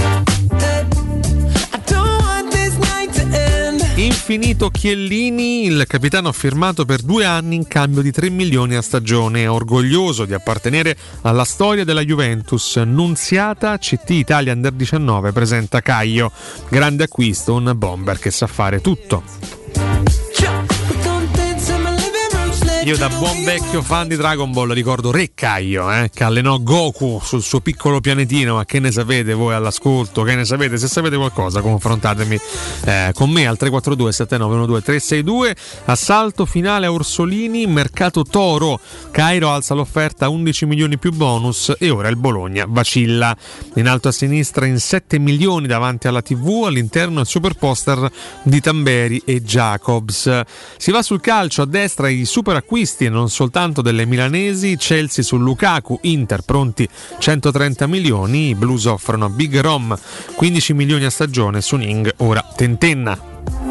Infinito Chiellini, il capitano ha firmato per 2 anni in cambio di 3 milioni a stagione, è orgoglioso di appartenere alla storia della Juventus. Nunziata, CT Italia Under 19 presenta Caio, grande acquisto, un bomber che sa fare tutto. Io da buon vecchio fan di Dragon Ball ricordo Re Kaio, che allenò Goku sul suo piccolo pianetino. Ma che ne sapete voi all'ascolto? Che ne sapete? Se sapete qualcosa confrontatemi con me al 342 7912 362. Assalto finale a Orsolini, mercato Toro, Cairo alza l'offerta 11 milioni più bonus e ora il Bologna vacilla. In alto a sinistra in 7 milioni davanti alla TV, all'interno il super poster di Tamberi e Jacobs. Si va sul calcio, a destra i super acquisti e non soltanto delle milanesi, Chelsea su Lukaku, Inter pronti 130 milioni, i Blues offrono a Big Rom 15 milioni a stagione, su Ning ora tentenna.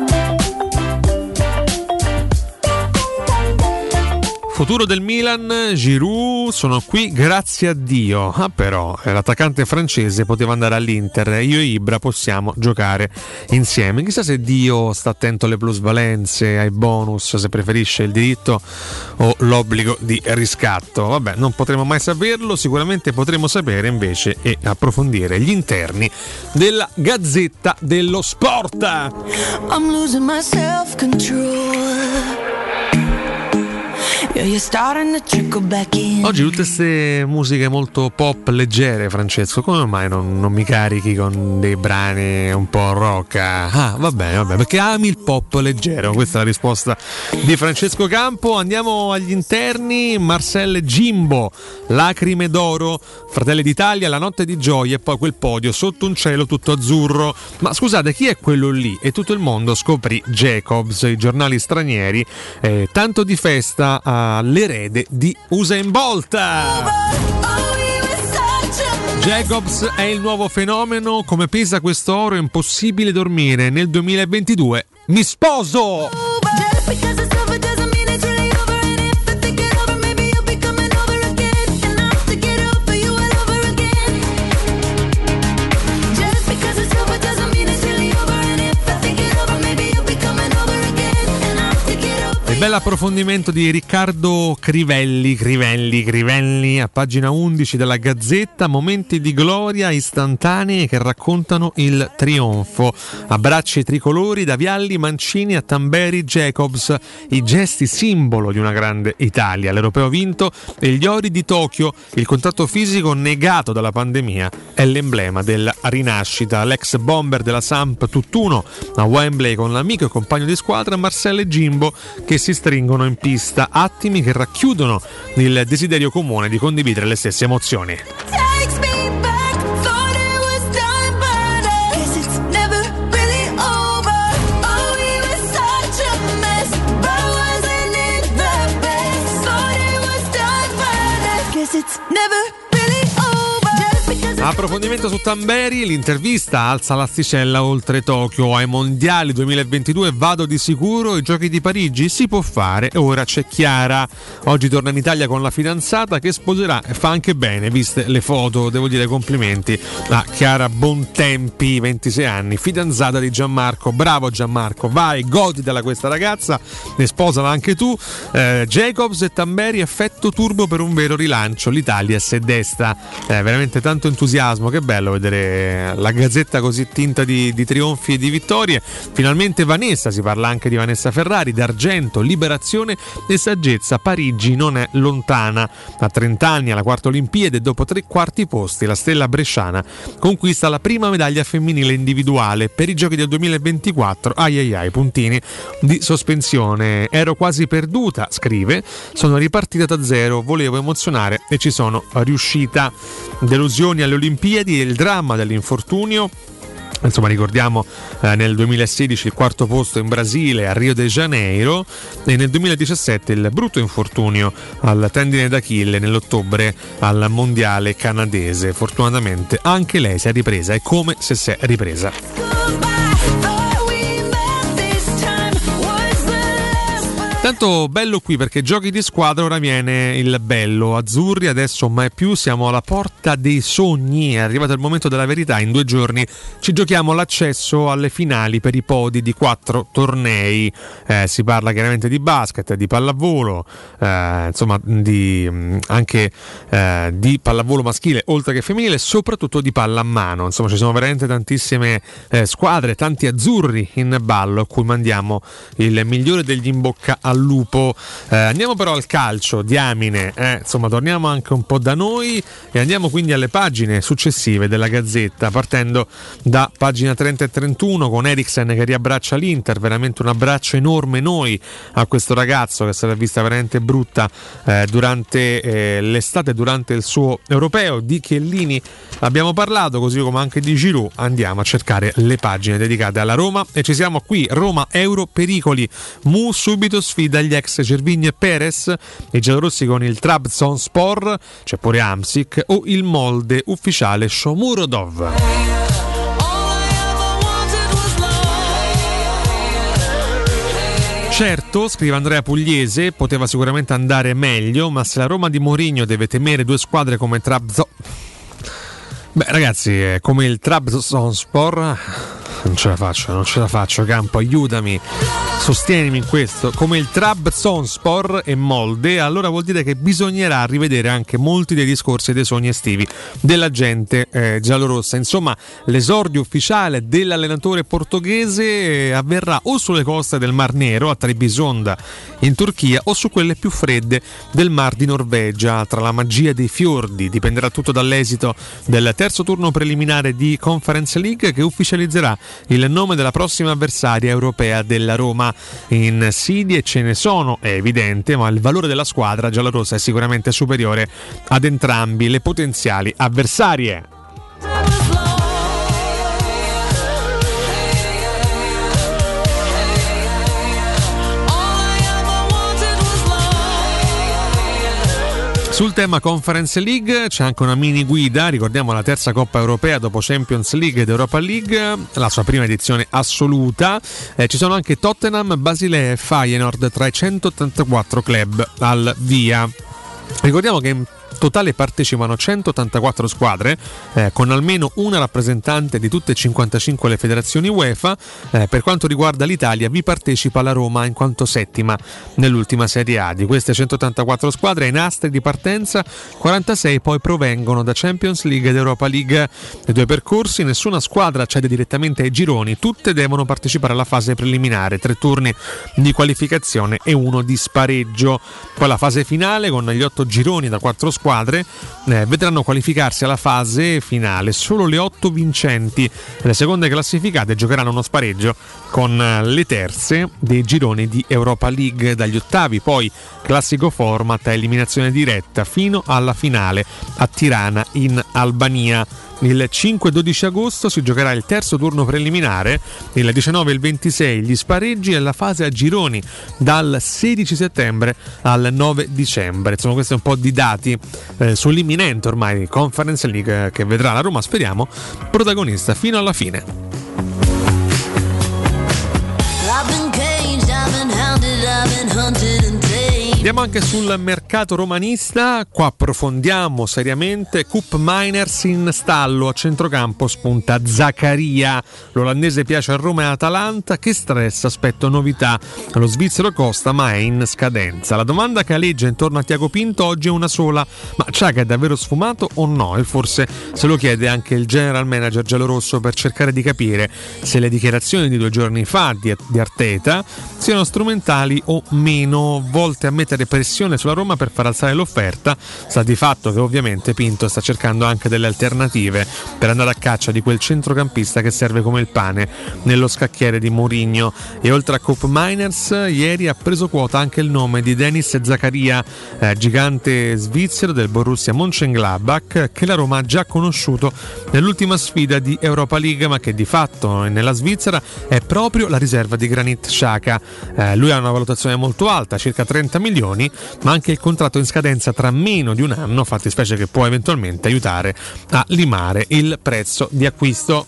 Futuro del Milan, Giroud, sono qui grazie a Dio. Però l'attaccante francese poteva andare all'Inter, io e Ibra possiamo giocare insieme. Chissà se Dio sta attento alle plusvalenze, ai bonus, se preferisce il diritto o l'obbligo di riscatto. Vabbè, non potremo mai saperlo, sicuramente potremo sapere invece e approfondire gli interni della Gazzetta dello Sport.
I'm losing my self-control.
Oggi tutte queste musiche molto pop leggere, Francesco, come mai non mi carichi con dei brani un po' rock? Ah, va bene, perché ami il pop leggero, questa è la risposta di Francesco Campo. Andiamo agli interni. Marcel Jimbo, Lacrime d'oro, Fratelli d'Italia, La notte di gioia e poi quel podio sotto un cielo tutto azzurro. Ma scusate, chi è quello lì? E tutto il mondo scoprì Jacobs, i giornali stranieri, tanto di festa all'erede di Usain Bolt. Jacobs è il nuovo fenomeno, come pesa questo oro, è impossibile dormire nel 2022. Mi sposo! Bell'approfondimento di Riccardo Crivelli a pagina 11 della Gazzetta, momenti di gloria istantanei che raccontano il trionfo. Abbracci tricolori da Vialli, Mancini a Tamberi, Jacobs, i gesti simbolo di una grande Italia, l'europeo vinto e gli ori di Tokyo, il contatto fisico negato dalla pandemia è l'emblema della rinascita. L'ex bomber della Samp tutt'uno a Wembley con l'amico e compagno di squadra Marcel e Jimbo che si stringono in pista, attimi che racchiudono il desiderio comune di condividere le stesse emozioni. Approfondimento su Tamberi, l'intervista alza l'asticella oltre Tokyo, ai mondiali 2022 vado di sicuro, i giochi di Parigi si può fare, ora c'è Chiara, oggi torna in Italia con la fidanzata che sposerà e fa anche bene, viste le foto, devo dire complimenti a Chiara Bontempi, 26 anni, fidanzata di Gianmarco, bravo Gianmarco, vai, goditela questa ragazza, ne sposala anche tu. Jacobs e Tamberi, effetto turbo per un vero rilancio, l'Italia si desta, veramente tanto entusiasmo, che bello vedere la Gazzetta così tinta di trionfi e di vittorie. Finalmente Vanessa, si parla anche di Vanessa Ferrari, d'argento, liberazione e saggezza, Parigi non è lontana, a 30 anni alla quarta Olimpiade, dopo 3 quarti posti la stella bresciana conquista la prima medaglia femminile individuale per i giochi del 2024, puntini di sospensione, ero quasi perduta, scrive, sono ripartita da zero, volevo emozionare e ci sono riuscita. Delusioni alle Olimpiadi e il dramma dell'infortunio. Insomma, ricordiamo nel 2016 il quarto posto in Brasile a Rio de Janeiro e nel 2017 il brutto infortunio al tendine d'Achille nell'ottobre al mondiale canadese. Fortunatamente anche lei si è ripresa, è come se si è ripresa. Tanto bello qui perché giochi di squadra, ora viene il bello. Azzurri adesso mai più, siamo alla porta dei sogni, è arrivato il momento della verità, in 2 giorni ci giochiamo l'accesso alle finali per i podi di 4 tornei, si parla chiaramente di basket, di pallavolo, insomma anche di pallavolo maschile oltre che femminile, soprattutto di pallamano, insomma ci sono veramente tantissime squadre, tanti azzurri in ballo a cui mandiamo il migliore degli in bocca al lupo. Andiamo però al calcio, diamine, insomma torniamo anche un po' da noi e andiamo quindi alle pagine successive della Gazzetta, partendo da pagina 30 e 31 con Eriksen che riabbraccia l'Inter, veramente un abbraccio enorme noi a questo ragazzo che è stata vista veramente brutta durante l'estate, durante il suo europeo. Di Chiellini abbiamo parlato, così come anche di Giroud. Andiamo a cercare le pagine dedicate alla Roma e ci siamo qui. Roma, Euro, pericoli. Mu subito sfida gli ex Cervigno e Perez, i giallorossi con il Trabzonspor, c'è pure Hamsik o il Molde ufficiale Shomurodov. Certo, scrive Andrea Pugliese, poteva sicuramente andare meglio, ma se la Roma di Mourinho deve temere due squadre come ragazzi, come il Trabzonspor, non ce la faccio, Campo, aiutami, sostienimi in questo, come il Trabzonspor e Molde, allora vuol dire che bisognerà rivedere anche molti dei discorsi e dei sogni estivi della gente giallorossa. Insomma, l'esordio ufficiale dell'allenatore portoghese avverrà o sulle coste del Mar Nero, a Trebisonda in Turchia, o su quelle più fredde del Mar di Norvegia, tra la magia dei fiordi. Dipenderà tutto dall'esito del terzo turno preliminare di Conference League, che ufficializzerà il nome della prossima avversaria europea della Roma. Insidie ce ne sono, è evidente, ma il valore della squadra giallorossa è sicuramente superiore ad entrambi le potenziali avversarie. Sul tema Conference League c'è anche una mini guida, ricordiamo la terza Coppa Europea dopo Champions League ed Europa League, la sua prima edizione assoluta. Ci sono anche Tottenham, Basilea e Feyenoord tra i 184 club al via. Ricordiamo che in totale partecipano 184 squadre con almeno una rappresentante di tutte e 55 le federazioni UEFA. Per quanto riguarda l'Italia vi partecipa la Roma in quanto settima nell'ultima Serie A. Di queste 184 squadre ai nastri di partenza 46 poi provengono da Champions League ed Europa League. I due percorsi, nessuna squadra accede direttamente ai gironi, tutte devono partecipare alla fase preliminare, 3 turni di qualificazione e 1 di spareggio. Poi la fase finale con gli 8 gironi da 4 squadre vedranno qualificarsi alla fase finale solo le 8 vincenti. Le seconde classificate giocheranno uno spareggio con le terze dei gironi di Europa League. Dagli ottavi poi classico format a eliminazione diretta fino alla finale a Tirana in Albania. Il 5-12 agosto si giocherà il terzo turno preliminare, il 19 e il 26 gli spareggi e la fase a gironi dal 16 settembre al 9 dicembre. Insomma, questo è un po' di dati sull'imminente ormai Conference League che vedrà la Roma, speriamo, protagonista fino alla fine. Andiamo anche sul mercato romanista, qua approfondiamo seriamente. Cup Miners in stallo, a centrocampo spunta Zaccaria, l'olandese piace a Roma e Atalanta, che stress, aspetto novità, lo svizzero costa ma è in scadenza. La domanda che aleggia intorno a Tiago Pinto oggi è una sola: ma Xhaka è davvero sfumato o no? E forse se lo chiede anche il general manager giallorosso per cercare di capire se le dichiarazioni di 2 giorni fa di Arteta siano strumentali o meno, volte a mettere pressione sulla Roma per far alzare l'offerta. Sta di fatto che ovviamente Pinto sta cercando anche delle alternative per andare a caccia di quel centrocampista che serve come il pane nello scacchiere di Mourinho. E oltre a Cup Miners, ieri ha preso quota anche il nome di Denis Zaccaria, gigante svizzero del Borussia Mönchengladbach, che la Roma ha già conosciuto nell'ultima sfida di Europa League, ma che di fatto nella Svizzera è proprio la riserva di Granit Xhaka. Lui ha una valutazione molto alta, circa 30 milioni, ma anche il contratto in scadenza tra meno di un anno, fattispecie che può eventualmente aiutare a limare il prezzo di acquisto.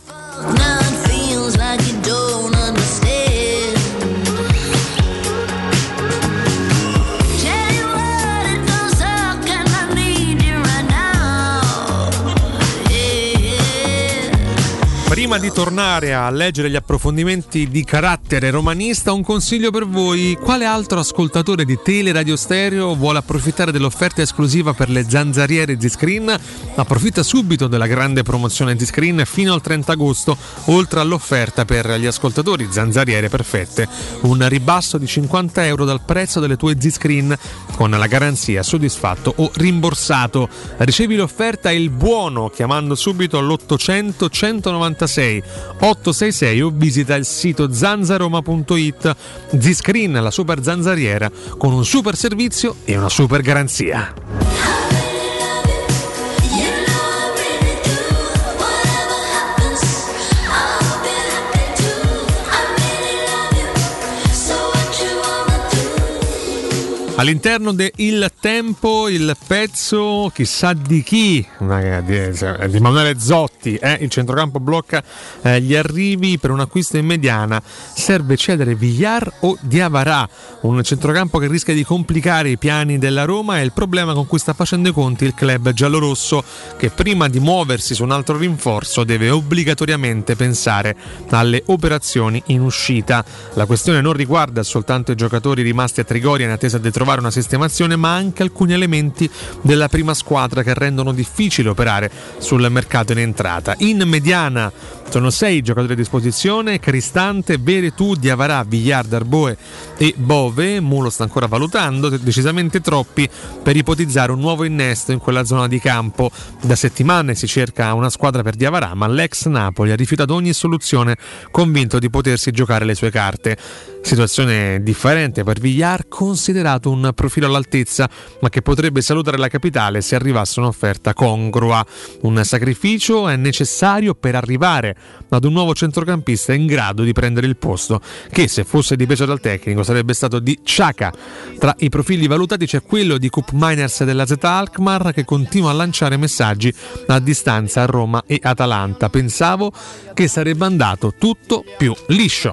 Prima di tornare a leggere gli approfondimenti di carattere romanista, un consiglio per voi: quale altro ascoltatore di Teleradio Stereo vuole approfittare dell'offerta esclusiva per le zanzariere Z-Screen? Approfitta subito della grande promozione Z-Screen fino al 30 agosto, oltre all'offerta per gli ascoltatori zanzariere perfette, un ribasso di €50 dal prezzo delle tue Z-Screen con la garanzia soddisfatto o rimborsato. Ricevi l'offerta e il buono chiamando subito all'800 196 866 o visita il sito zanzaroma.it. Z-Screen, la super zanzariera con un super servizio e una super garanzia. All'interno de Il Tempo, il pezzo chissà di chi, di Emanuele Zotti, il centrocampo blocca gli arrivi per un acquisto in mediana, serve cedere Villar o Diawara, un centrocampo che rischia di complicare i piani della Roma. È il problema con cui sta facendo i conti il club giallorosso, che prima di muoversi su un altro rinforzo deve obbligatoriamente pensare alle operazioni in uscita. La questione non riguarda soltanto i giocatori rimasti a Trigoria in attesa di trovare una sistemazione, ma anche alcuni elementi della prima squadra che rendono difficile operare sul mercato in entrata. In mediana sono 6 giocatori a disposizione: Cristante, Veretù, Diawara, Villar, Darboe e Bove. Mulo sta ancora valutando, decisamente troppi per ipotizzare un nuovo innesto in quella zona di campo. Da settimane si cerca una squadra per Diawara, ma l'ex Napoli ha rifiutato ogni soluzione, convinto di potersi giocare le sue carte. Situazione differente per Villar, considerato un profilo all'altezza, ma che potrebbe salutare la capitale se arrivasse un'offerta congrua. Un sacrificio è necessario per arrivare ad un nuovo centrocampista in grado di prendere il posto che, se fosse dipeso dal tecnico, sarebbe stato di Xhaka. Tra i profili valutati c'è quello di Koop Meiners della Z Alkmaar, che continua a lanciare messaggi a distanza a Roma e Atalanta. Pensavo che sarebbe andato tutto più liscio.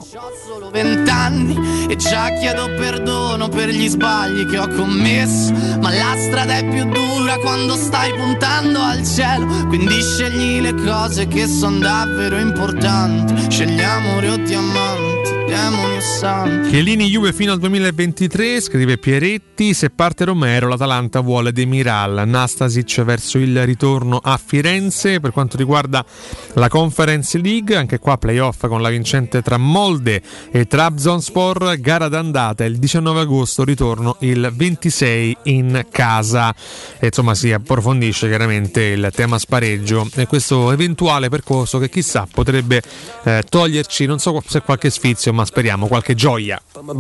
20 anni e già chiedo perdono per gli sbagli che ho commesso, ma la strada è più dura quando stai puntando al cielo, quindi scegli le cose che sono davvero importanti, scegli amore o diamanti, demoni o santi.
Chiellini Juve fino al 2023, scrive Pieretti. Se parte Romero, l'Atalanta vuole Demiral. Nastasic verso il ritorno a Firenze. Per quanto riguarda la Conference League, anche qua playoff con la vincente tra Molde e Trabzonspor, gara d'andata il 19 agosto, ritorno il 26 in casa. E insomma si approfondisce chiaramente il tema spareggio e questo eventuale percorso che chissà potrebbe toglierci, non so se qualche sfizio, ma speriamo qualche gioia.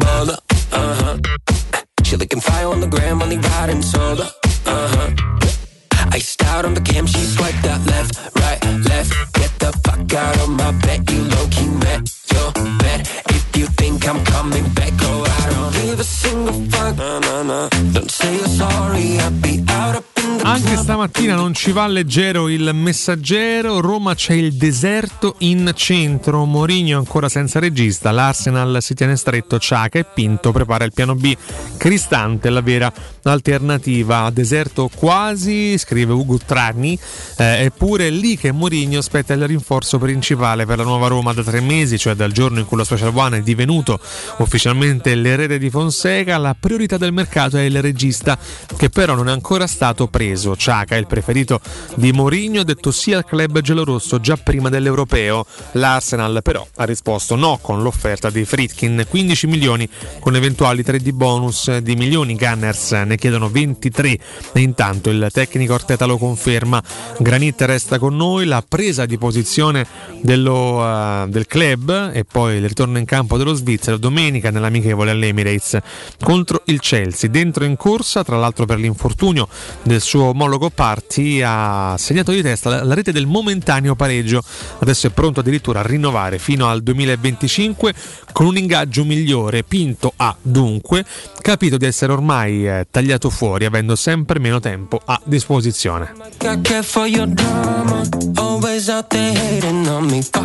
I start on the cam, she swiped that left, right, left. Get the fuck out of my bed, you low-key met your bed. If you think I'm coming back, go out, don't give a single fuck, don't say you're sorry, I'll be out up in the
Anche stamattina non ci va leggero il Messaggero. Roma, c'è il deserto in centro, Mourinho ancora senza regista, l'Arsenal si tiene stretto, Xhaka e Pinto prepara il piano B, Cristante la vera alternativa. Deserto quasi, scrive Ugo Trani, eppure lì che Mourinho aspetta il rinforzo principale per la nuova Roma da 3 mesi, cioè dal giorno in cui lo Special One è divenuto ufficialmente l'erede di Fonseca. La priorità del mercato è il regista, che però non è ancora stato preso. Xhaka è il preferito di Mourinho, ha detto sì al club giallorosso già prima dell'Europeo. L'Arsenal però ha risposto no con l'offerta di Friedkin, 15 milioni con eventuali 3 di bonus di milioni. Gunners ne chiedono 23 e intanto il tecnico Arteta lo conferma. Granit resta con noi, la presa di posizione del club e poi il ritorno in campo dello svizzero domenica nell'amichevole all'Emirates contro il Chelsea. Dentro in corsa, tra l'altro per l'infortunio del suo omologo Partey, ha segnato di testa la rete del momentaneo pareggio. Adesso è pronto addirittura a rinnovare fino al 2025 con un ingaggio migliore. Pinto ha dunque capito di essere ormai tagliato fuori, avendo sempre meno tempo a disposizione.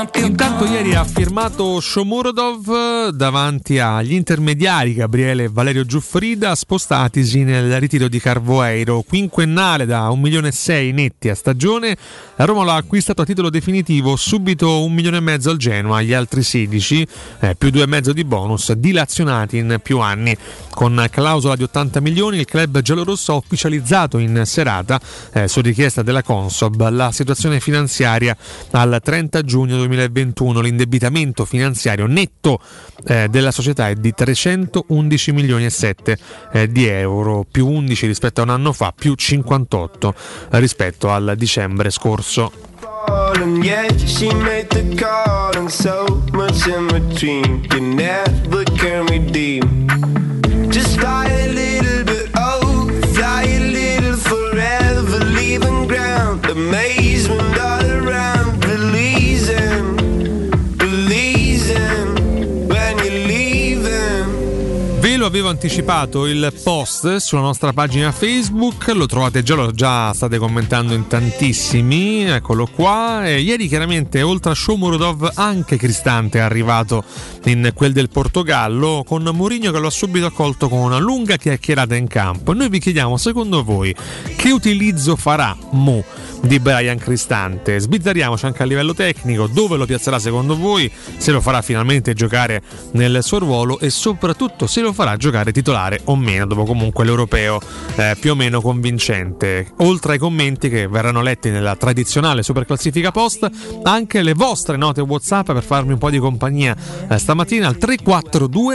Intanto ieri ha firmato Shomurodov davanti agli intermediari Gabriele e Valerio Giuffrida, spostatisi nel ritiro di Carvoeiro, quinquennale da 1,6 milioni netti a stagione. La Roma l'ha acquistato a titolo definitivo, subito 1,5 milioni al Genoa, gli altri 16 più 2,5 di bonus dilazionati in più anni. Con clausola di 80 milioni il club giallorosso ha ufficializzato in serata su richiesta della Consob la situazione finanziaria al 30 giugno 2021. L'indebitamento finanziario netto della società è di 311 milioni e 7 di euro, più 11 rispetto a un anno fa, più 58 rispetto al dicembre scorso.
And yet she made the call and so much in between. You never can redeem. Just fly a little bit, oh, fly a little forever, leaving ground, amazement all around, releasing when you're leaving.
Ve lo avevo anticipato il post sulla nostra pagina Facebook, lo trovate già, lo già state commentando in tantissimi, eccolo qua. E ieri chiaramente oltre a Shomurodov anche Cristante è arrivato in quel del Portogallo, con Mourinho che lo ha subito accolto con una lunga chiacchierata in campo. Noi vi chiediamo, secondo voi, che utilizzo farà Mo di Brian Cristante? Sbizzarriamoci anche a livello tecnico, dove lo piazzerà secondo voi, se lo farà finalmente giocare nel suo ruolo e soprattutto se lo farà giocare titolare o meno dopo comunque l'europeo più o meno convincente. Oltre ai commenti che verranno letti nella tradizionale super classifica post, anche le vostre note WhatsApp per farmi un po' di compagnia stamattina al 342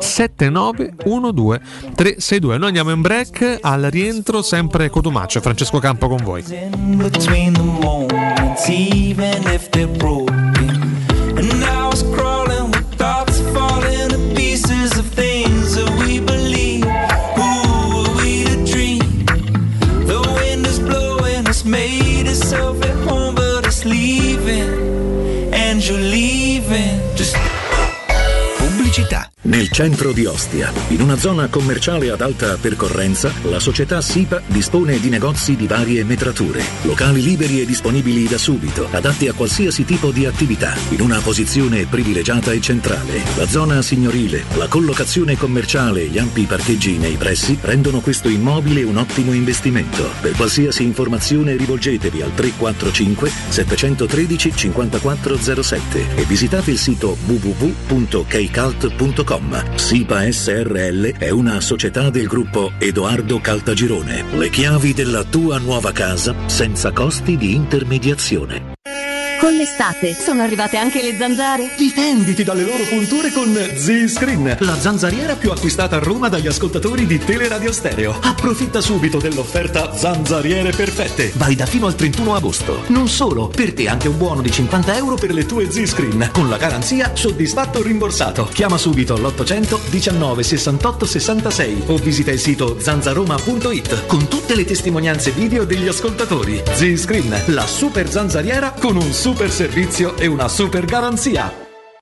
7912 362. Noi andiamo in break, al rientro sempre Cotumaccio e Francesco Campo con voi.
Between the moments, even if they're broken. And now it's crawling with thoughts falling to pieces of things that we believe. Who are we to dream? The wind is blowing, it's made itself at home, but it's leaving. And you're leaving. Just
Pubblicità. Nel centro di Ostia, in una zona commerciale ad alta percorrenza, la società SIPA dispone di negozi di varie metrature, locali liberi e disponibili da subito, adatti a qualsiasi tipo di attività, in una posizione privilegiata e centrale. La zona signorile, la collocazione commerciale e gli ampi parcheggi nei pressi rendono questo immobile un ottimo investimento. Per qualsiasi informazione rivolgetevi al 345 713 5407 e visitate il sito www.kcalt.com. SIPA SRL è una società del gruppo Edoardo Caltagirone. Le chiavi della tua nuova casa senza costi di intermediazione.
Con l'estate sono arrivate anche le zanzare?
Difenditi dalle loro punture con Z-Screen, la zanzariera più acquistata a Roma dagli ascoltatori di Teleradio Stereo. Approfitta subito dell'offerta Zanzariere Perfette, valida fino al 31 agosto. Non solo, per te anche un buono di 50 euro per le tue Z-Screen, con la garanzia soddisfatto o rimborsato. Chiama subito all'800 19 68 66 o visita il sito zanzaroma.it con tutte le testimonianze video degli ascoltatori. Z-Screen, la super zanzariera con un super servizio e una super garanzia.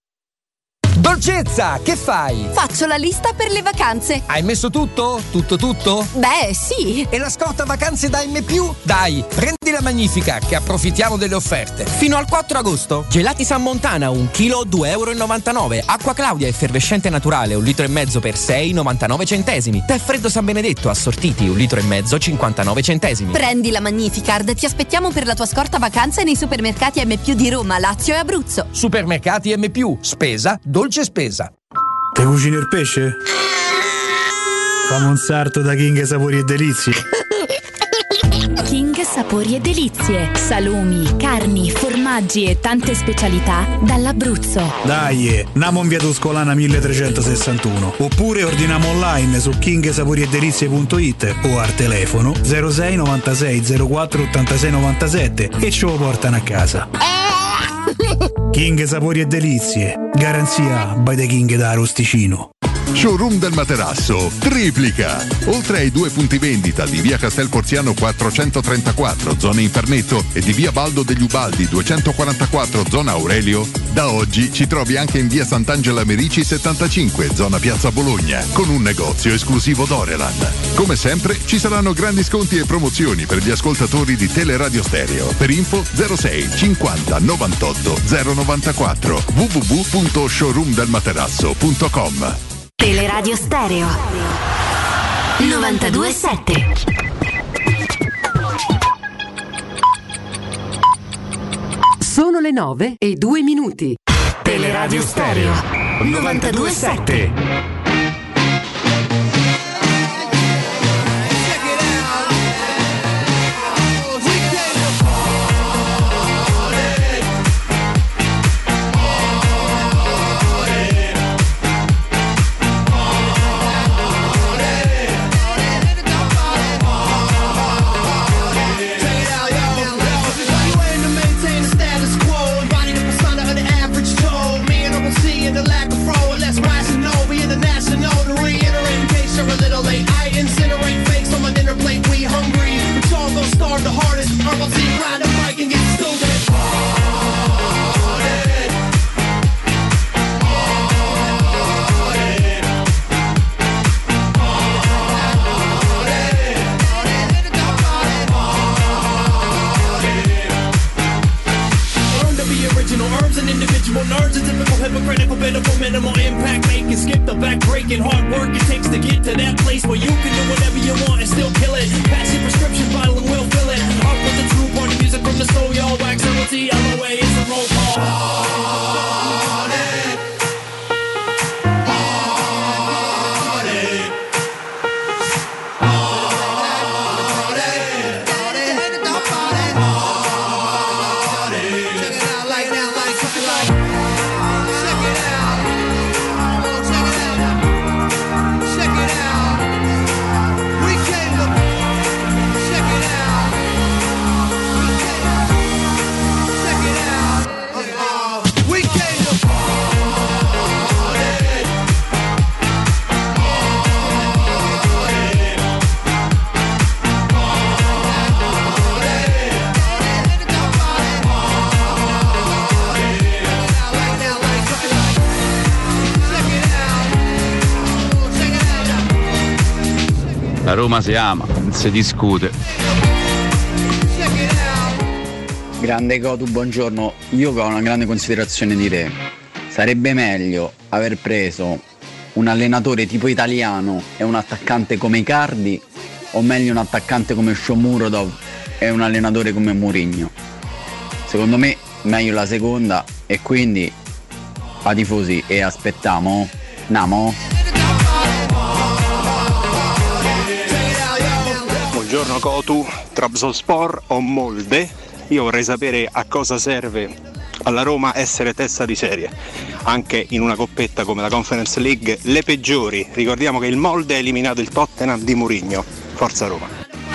Dolcezza, che fai?
Faccio la lista per le vacanze.
Hai messo tutto? Tutto?
Beh, sì.
E la scorta vacanze da M+? Dai, prendi la Magnifica, che approfittiamo delle offerte. Fino al 4 agosto. Gelati San Montana, 1 chilo, 2,99 euro. Acqua Claudia effervescente naturale, 1,5 litri per 6,99 centesimi. Tè freddo San Benedetto, assortiti, 1,5 litri, 59 centesimi.
Prendi la Magnificard, ti aspettiamo per la tua scorta vacanze nei supermercati M+ di Roma, Lazio e Abruzzo.
Supermercati M+, spesa, dolce spesa.
Te cucini il pesce? Fammi un sarto da King Sapori e Delizie.
King Sapori e Delizie. Salumi, carni, formaggi e tante specialità dall'Abruzzo.
Dai, namo in via Tuscolana 1361. Oppure ordiniamo online su kingsaporiedelizie.it o al telefono 06 96 04 86 97 e ce lo portano a casa. King Sapori e Delizie. Garanzia by the King da Arosticino.
Showroom del Materasso triplica. Oltre ai 2 punti vendita di via Castel Porziano 434, zona Infernetto, e di via Baldo degli Ubaldi 244, zona Aurelio, da oggi ci trovi anche in via Sant'Angela Merici 75, zona Piazza Bologna, con un negozio esclusivo Dorelan. Come sempre ci saranno grandi sconti e promozioni per gli ascoltatori di Teleradio Stereo. Per info 06 50 98 094 www.showroomdelmaterasso.com.
Teleradio Stereo 92.7.
Sono le 9:02.
Teleradio Stereo 92.7.
La Roma si ama, non si discute.
Grande Cotu, buongiorno. Io ho una grande considerazione di te. Sarebbe meglio aver preso un allenatore tipo italiano e un attaccante come Icardi, o meglio un attaccante come Shomurodov e un allenatore come Mourinho? Secondo me meglio la seconda, e quindi a tifosi e aspettiamo Namo.
Buongiorno Cotu, Trabzonspor o Molde? Io vorrei sapere a cosa serve alla Roma essere testa di serie, anche in una coppetta come la Conference League, le peggiori. Ricordiamo che il Molde ha eliminato il Tottenham di Mourinho. Forza Roma.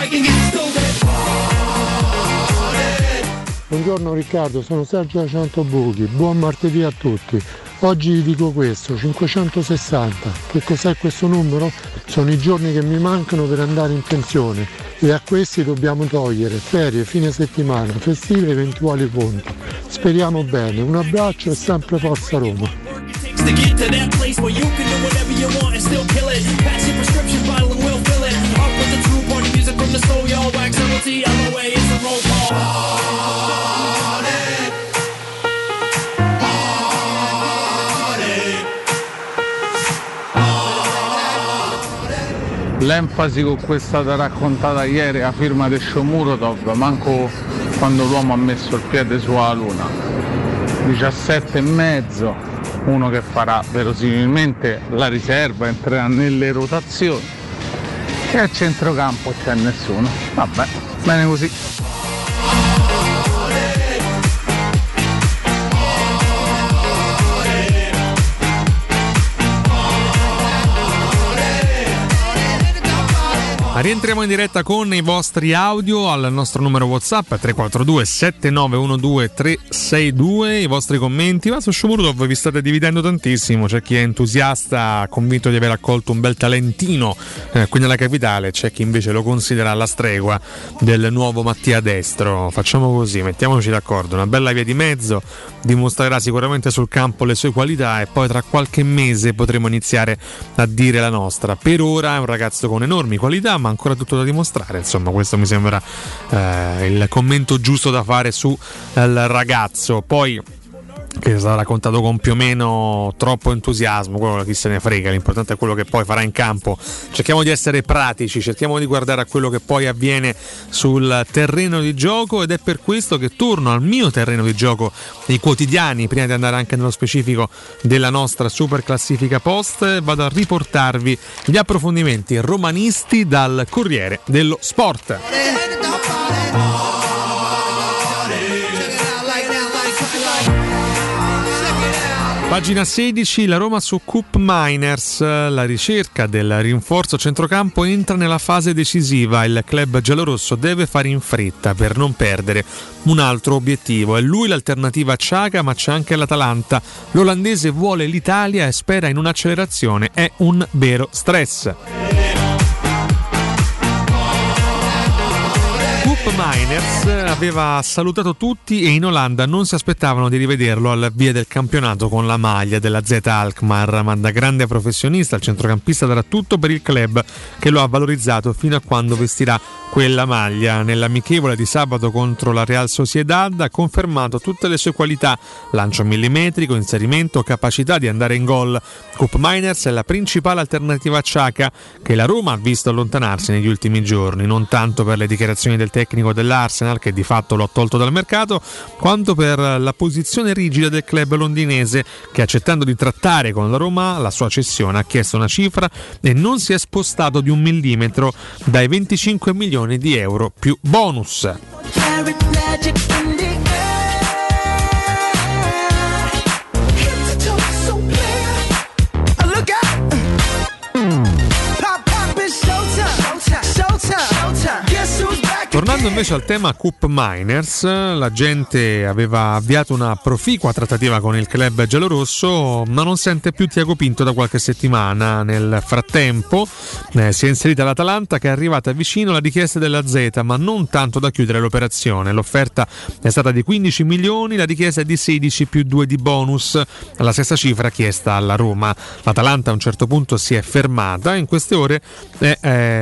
Buongiorno Riccardo, sono Sergio da Centobuchi, buon martedì a tutti. Oggi vi dico questo, 560. Che cos'è questo numero? Sono i giorni che mi mancano per andare in pensione, e a questi dobbiamo togliere ferie, fine settimana, festive, eventuali ponti. Speriamo bene, un abbraccio e sempre Forza Roma.
L'enfasi con cui è stata raccontata ieri la firma di Shomurodov, manco quando l'uomo ha messo il piede sulla luna. 17,5, uno che farà verosimilmente la riserva, entrerà nelle rotazioni, e a centrocampo c'è nessuno. Vabbè, bene così.
Rientriamo in diretta con i vostri audio al nostro numero WhatsApp 342 7912 362, i vostri commenti. Ma su Shomurodov vi state dividendo tantissimo, c'è chi è entusiasta, convinto di aver accolto un bel talentino qui nella capitale, c'è chi invece lo considera alla stregua del nuovo Mattia Destro. Facciamo così, mettiamoci d'accordo, una bella via di mezzo, dimostrerà sicuramente sul campo le sue qualità e poi tra qualche mese potremo iniziare a dire la nostra. Per ora è un ragazzo con enormi qualità, ma ancora tutto da dimostrare, insomma questo mi sembra il commento giusto da fare sul ragazzo. Poi che sarà raccontato con più o meno troppo entusiasmo, quello chi se ne frega, l'importante è quello che poi farà in campo. Cerchiamo di essere pratici, cerchiamo di guardare a quello che poi avviene sul terreno di gioco, ed è per questo che torno al mio terreno di gioco, i quotidiani, prima di andare anche nello specifico della nostra super classifica post. Vado a riportarvi gli approfondimenti romanisti dal Corriere dello Sport. Pagina 16, la Roma su Coop Miners, la ricerca del rinforzo centrocampo entra nella fase decisiva, il club giallorosso deve fare in fretta per non perdere un altro obiettivo, è lui l'alternativa a Xhaka, ma c'è anche l'Atalanta, l'olandese vuole l'Italia e spera in un'accelerazione, è un vero stress. Miners aveva salutato tutti e in Olanda non si aspettavano di rivederlo all'avvio del campionato con la maglia della Z Alkmaar, ma da grande professionista il centrocampista darà tutto per il club che lo ha valorizzato fino a quando vestirà quella maglia. Nell'amichevole di sabato contro la Real Sociedad ha confermato tutte le sue qualità, lancio millimetrico, inserimento, capacità di andare in gol. Coop Miners è la principale alternativa a Xhaka, che la Roma ha visto allontanarsi negli ultimi giorni, non tanto per le dichiarazioni del tecnico dell'Arsenal che di fatto lo ha tolto dal mercato, quanto per la posizione rigida del club londinese che, accettando di trattare con la Roma la sua cessione, ha chiesto una cifra e non si è spostato di un millimetro dai 25 milioni di euro più bonus. Tornando invece al tema Coop Miners, la gente aveva avviato una proficua trattativa con il club giallorosso, ma non sente più Tiago Pinto da qualche settimana. Nel frattempo si è inserita l'Atalanta, che è arrivata vicino alla richiesta della Z, ma non tanto da chiudere l'operazione. L'offerta è stata di 15 milioni, la richiesta è di 16 più 2 di bonus, la stessa cifra chiesta alla Roma. L'Atalanta a un certo punto si è fermata, in queste ore è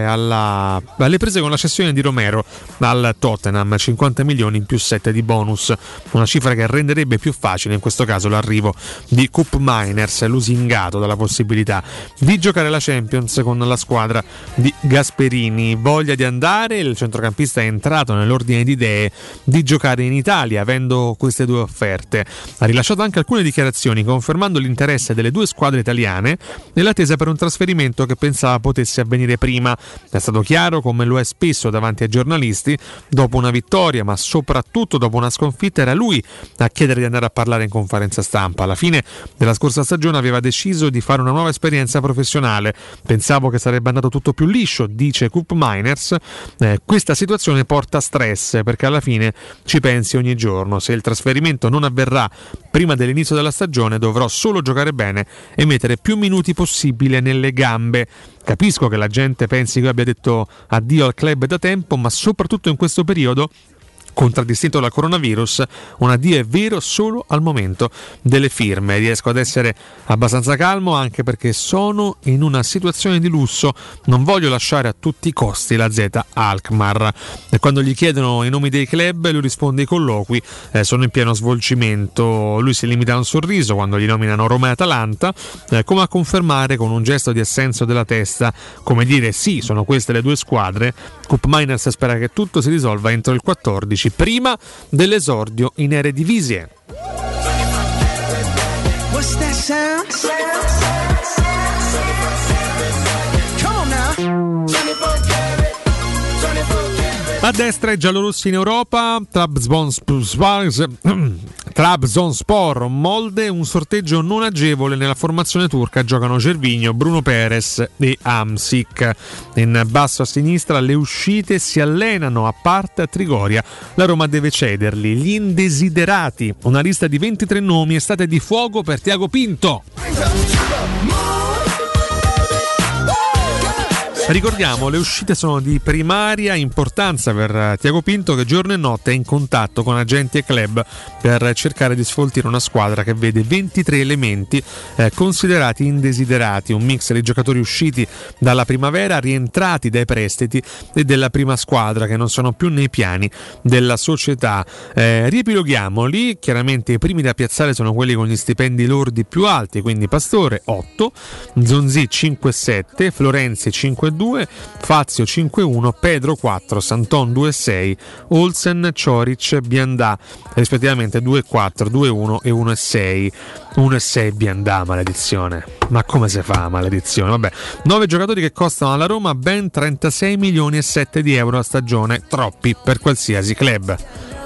alle prese con la cessione di Romero al Tottenham, 50 milioni più 7 di bonus, una cifra che renderebbe più facile in questo caso l'arrivo di Coop Miners, lusingato dalla possibilità di giocare la Champions con la squadra di Gasperini. Voglia di andare, il centrocampista è entrato nell'ordine di idee di giocare in Italia avendo queste due offerte. Ha rilasciato anche alcune dichiarazioni confermando l'interesse delle due squadre italiane nell'attesa per un trasferimento che pensava potesse avvenire prima. È stato chiaro, come lo è spesso davanti ai giornalisti, dopo una vittoria ma soprattutto dopo una sconfitta era lui a chiedere di andare a parlare in conferenza stampa. Alla fine della scorsa stagione aveva deciso di fare una nuova esperienza professionale, pensavo che sarebbe andato tutto più liscio, dice Coop Miners. Questa situazione porta stress perché alla fine ci pensi ogni giorno, se il trasferimento non avverrà prima dell'inizio della stagione dovrò solo giocare bene e mettere più minuti possibile nelle gambe. Capisco che la gente pensi che abbia detto addio al club da tempo, ma soprattutto in questo periodo contraddistinto dal coronavirus, un addio è vero solo al momento delle firme. Riesco ad essere abbastanza calmo anche perché sono in una situazione di lusso, non voglio lasciare a tutti i costi la Z Alkmaar. E quando gli chiedono i nomi dei club lui risponde: i colloqui sono in pieno svolgimento. Lui si limita a un sorriso quando gli nominano Roma e Atalanta, come a confermare con un gesto di assenso della testa, come dire sì, sono queste le due squadre. Coop Miners spera che tutto si risolva entro il 14, prima dell'esordio in Eredivisie. A destra i giallorossi in Europa, Trabzonspor, Molde, un sorteggio non agevole nella formazione turca, giocano Gervinho, Bruno Perez e Hamsik. In basso a sinistra le uscite si allenano, a parte a Trigoria, la Roma deve cederli. Gli indesiderati, una lista di 23 nomi, estate di fuoco per Tiago Pinto. Ricordiamo, le uscite sono di primaria importanza per Tiago Pinto, che giorno e notte è in contatto con agenti e club per cercare di sfoltire una squadra che vede 23 elementi considerati indesiderati, un mix di giocatori usciti dalla primavera, rientrati dai prestiti e della prima squadra, che non sono più nei piani della società. Riepiloghiamoli, chiaramente i primi da piazzare sono quelli con gli stipendi lordi più alti, quindi Pastore 8, Zonzi 5,7, Florenzi 5,2, Fazio 5,1, Pedro 4, Santon 2,6, Olsen, Cioric, Biandà rispettivamente 2,4, 2,1 e 1,6. 1,6 Biandà, maledizione. Ma come si fa, maledizione? Vabbè, 9 giocatori che costano alla Roma ben 36 milioni e 7 di euro a stagione, troppi per qualsiasi club.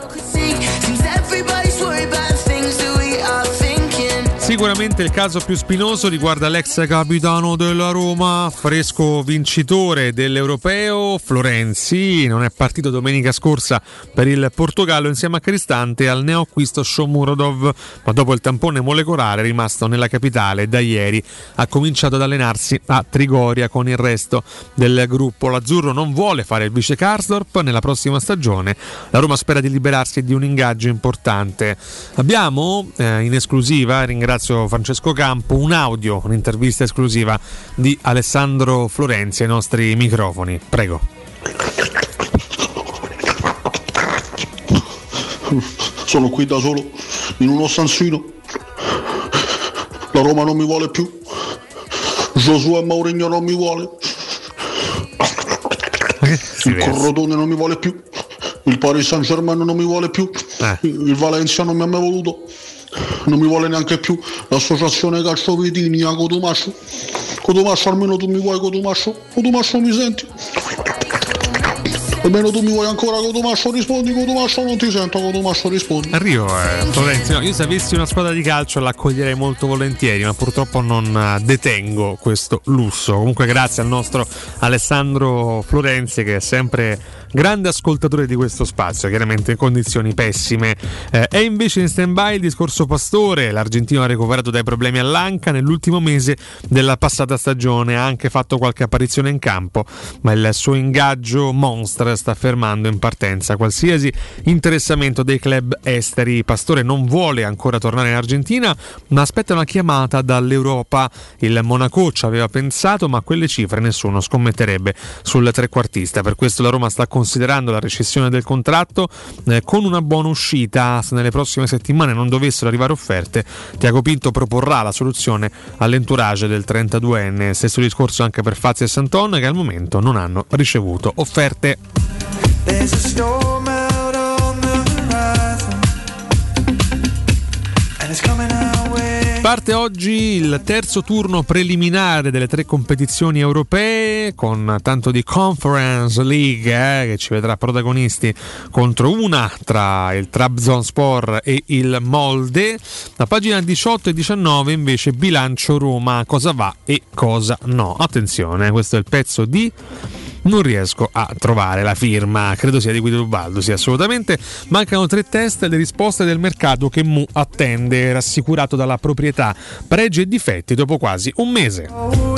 Sicuramente il caso più spinoso riguarda l'ex capitano della Roma, fresco vincitore dell'Europeo, Florenzi. Non è partito domenica scorsa per il Portogallo insieme a Cristante al neoacquisto Shomurodov, ma dopo il tampone molecolare è rimasto nella capitale da ieri. Ha cominciato ad allenarsi a Trigoria con il resto del gruppo. L'azzurro non vuole fare il vice Karsdorp nella prossima stagione. La Roma spera di liberarsi di un ingaggio importante. Abbiamo in esclusiva, ringrazio Francesco Campo, un audio, un'intervista esclusiva di Alessandro Florenzi ai nostri microfoni. Prego.
Sono qui da solo in uno stanzino. La Roma non mi vuole più. Josué Mourinho non mi vuole. Il Corrodone non mi vuole più. Il Paris Saint-Germain non mi vuole più. Il Valencia non mi ha mai voluto. Non mi vuole neanche più l'associazione Calcio Vitini a Cotomascio. Cotomascio, almeno tu mi vuoi, Cotomascio? Cotomascio, mi senti? Almeno tu mi vuoi ancora, Cotomascio? Rispondi, Cotomascio, non ti sento, Cotomascio, rispondi.
Arrivo, Florenzi. No, io se avessi una squadra di calcio l'accoglierei molto volentieri, ma purtroppo non detengo questo lusso. Comunque grazie al nostro Alessandro Florenzi, che è sempre grande ascoltatore di questo spazio, chiaramente in condizioni pessime. È invece in stand-by il discorso Pastore. L'argentino ha recuperato dai problemi all'anca nell'ultimo mese della passata stagione, ha anche fatto qualche apparizione in campo, ma il suo ingaggio monster sta fermando in partenza qualsiasi interessamento dei club esteri. Pastore non vuole ancora tornare in Argentina, ma aspetta una chiamata dall'Europa. Il Monaco ci aveva pensato, ma a quelle cifre nessuno scommetterebbe sul trequartista. Per questo la Roma sta considerando la rescissione del contratto con una buona uscita. Se nelle prossime settimane non dovessero arrivare offerte, Tiago Pinto proporrà la soluzione all'entourage del 32enne. Stesso discorso anche per Fazio e Santon, che al momento non hanno ricevuto offerte. Parte oggi il terzo turno preliminare delle 3 competizioni europee, con tanto di Conference League che ci vedrà protagonisti contro una tra il Trabzonspor e il Molde. La pagina 18 e 19 invece bilancio Roma, cosa va e cosa no. Attenzione, questo è il pezzo di... Non riesco a trovare la firma, credo sia di Guido Ubaldo, sì, assolutamente. Mancano 3 test e le risposte del mercato che Mu attende, rassicurato dalla proprietà. Pregi e difetti dopo quasi un mese.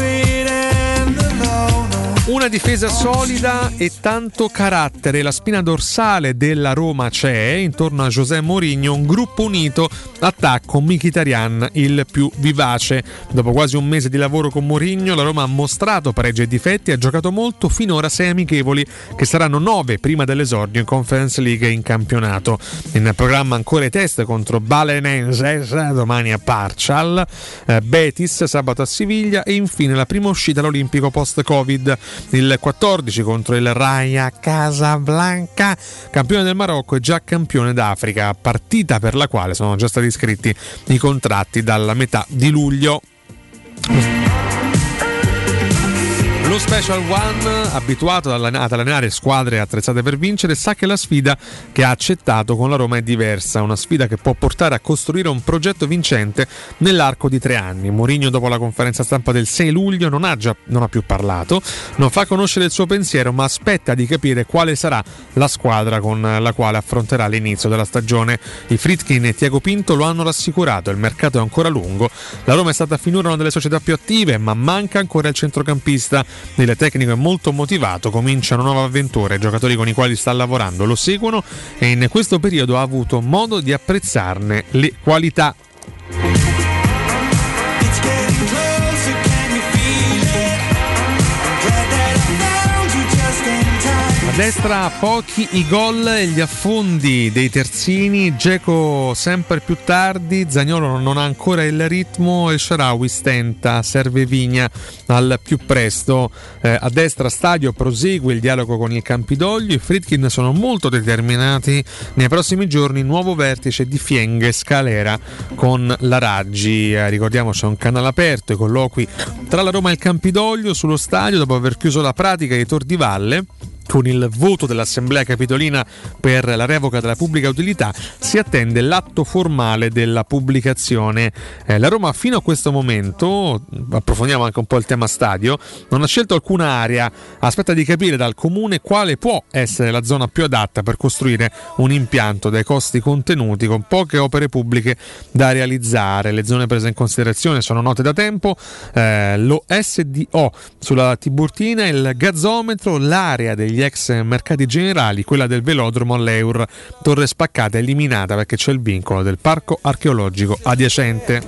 Una difesa solida e tanto carattere, la spina dorsale della Roma c'è, intorno a José Mourinho un gruppo unito, attacco Mkhitaryan il più vivace. Dopo quasi un mese di lavoro con Mourinho, la Roma ha mostrato pregi e difetti, ha giocato molto, finora 6 amichevoli che saranno 9 prima dell'esordio in Conference League e in campionato. In programma ancora i test contro Belenenses domani a Parchal, Betis sabato a Siviglia e infine la prima uscita all'Olimpico post-Covid. Il 14 contro il Raja Casablanca, campione del Marocco e già campione d'Africa, partita per la quale sono già stati iscritti i contratti dalla metà di luglio. Lo Special One, abituato ad allenare squadre attrezzate per vincere, sa che la sfida che ha accettato con la Roma è diversa, una sfida che può portare a costruire un progetto vincente nell'arco di 3 anni. Mourinho, dopo la conferenza stampa del 6 luglio, non ha più parlato, non fa conoscere il suo pensiero, ma aspetta di capire quale sarà la squadra con la quale affronterà l'inizio della stagione. I Friedkin e Tiago Pinto lo hanno rassicurato, il mercato è ancora lungo, la Roma è stata finora una delle società più attive, ma manca ancora il centrocampista. Il tecnico è molto motivato, comincia una nuova avventura, i giocatori con i quali sta lavorando lo seguono e in questo periodo ha avuto modo di apprezzarne le qualità. A destra pochi i gol e gli affondi dei terzini, Dzeko sempre più tardi, Zaniolo non ha ancora il ritmo e Shaarawy stenta, serve Vigna al più presto. A destra Stadio prosegue il dialogo con il Campidoglio, i Friedkin sono molto determinati, nei prossimi giorni nuovo vertice di Fienghe Scalera con la Raggi. Ricordiamo c'è un canale aperto, i colloqui tra la Roma e il Campidoglio sullo stadio dopo aver chiuso la pratica di Tor di Valle. Con il voto dell'Assemblea Capitolina per la revoca della pubblica utilità si attende l'atto formale della pubblicazione. La Roma fino a questo momento, approfondiamo anche un po' il tema stadio, non ha scelto alcuna area, aspetta di capire dal comune quale può essere la zona più adatta per costruire un impianto dai costi contenuti con poche opere pubbliche da realizzare. Le zone prese in considerazione sono note da tempo, lo SDO sulla Tiburtina, il gazzometro, l'area degli ex mercati generali, quella del velodromo all'Eur, Torre Spaccata eliminata perché c'è il vincolo del parco archeologico adiacente.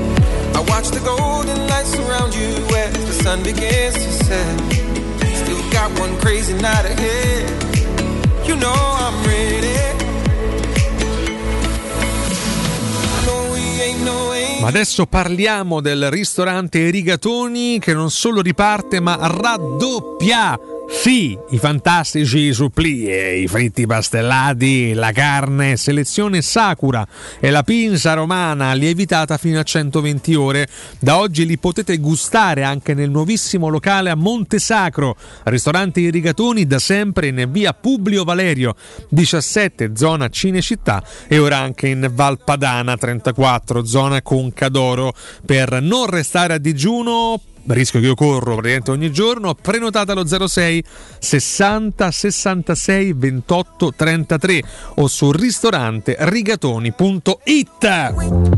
Ma adesso parliamo del ristorante Rigatoni che non solo riparte ma raddoppia. Sì, i fantastici supplie, i fritti pastellati, la carne, selezione Sakura e la pinza romana lievitata fino a 120 ore. Da oggi li potete gustare anche nel nuovissimo locale a Monte Sacro, ristorante I Rigatoni, da sempre in via Publio Valerio 17, zona Cinecittà, e ora anche in Val Padana 34, zona Conca d'Oro. Per non restare a digiuno, rischio che io corro praticamente ogni giorno, prenotate allo 06 60 66 28 33 o su ristoranterigatoni.it.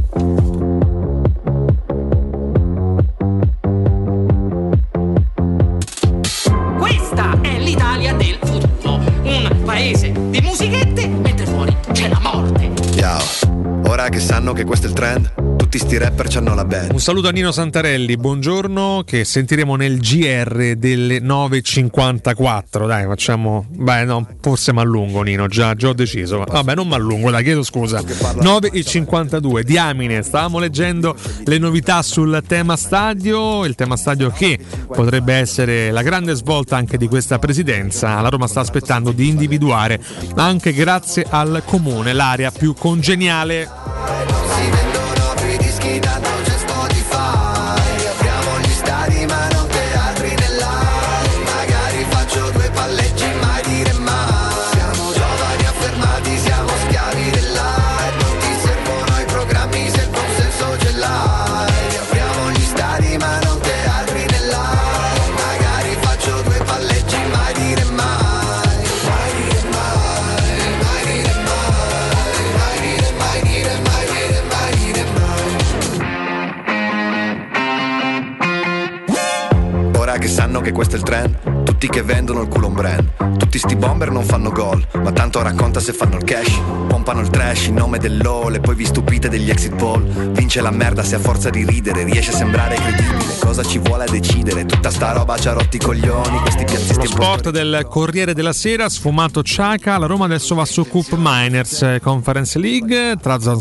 Questa è l'Italia del futuro, un paese di musichette mentre fuori c'è la morte.
Ciao, ora che sanno che questo è il trend, tutti sti rapper c'hanno la band.
Un saluto a Nino Santarelli, buongiorno, che sentiremo nel GR delle 9.54. Dai, facciamo, forse m'allungo Nino, già ho deciso. Vabbè, non m'allungo, dai, chiedo scusa. 9.52, diamine, stavamo leggendo le novità sul tema stadio, il tema stadio che potrebbe essere la grande svolta anche di questa presidenza. La Roma sta aspettando di individuare, anche grazie al comune, l'area più congeniale.
Si vendono più i dischi, tanto c'è Spotify. Apriamo gli stadi ma non teatri nell'aria. Magari faccio 2 palleggi, mai dire mai. Siamo giovani affermati, siamo schiavi dell'aria. Non ti servono i programmi se il consenso ce l'hai. Apriamo gli stadi ma non teatri nell'aria. Magari faccio 2 palleggi, mai dire mai. Mai dire mai, mai dire mai, mai dire mai dire mai.
Ora che sanno che questo è il trend, tutti che vendono il culo un brand. Tutti sti bomber non fanno gol, ma tanto racconta se fanno il cash. Pompano il trash in nome dell'all e poi vi stupite degli exit poll. Vince la merda se a forza di ridere riesce a sembrare credibile. Cosa ci vuole a decidere? Tutta sta roba ci ha rotti i coglioni, questi piazzisti.
Lo sport del Corriere della Sera, sfumato Ciaca, la Roma adesso va su Cup Miners Conference League,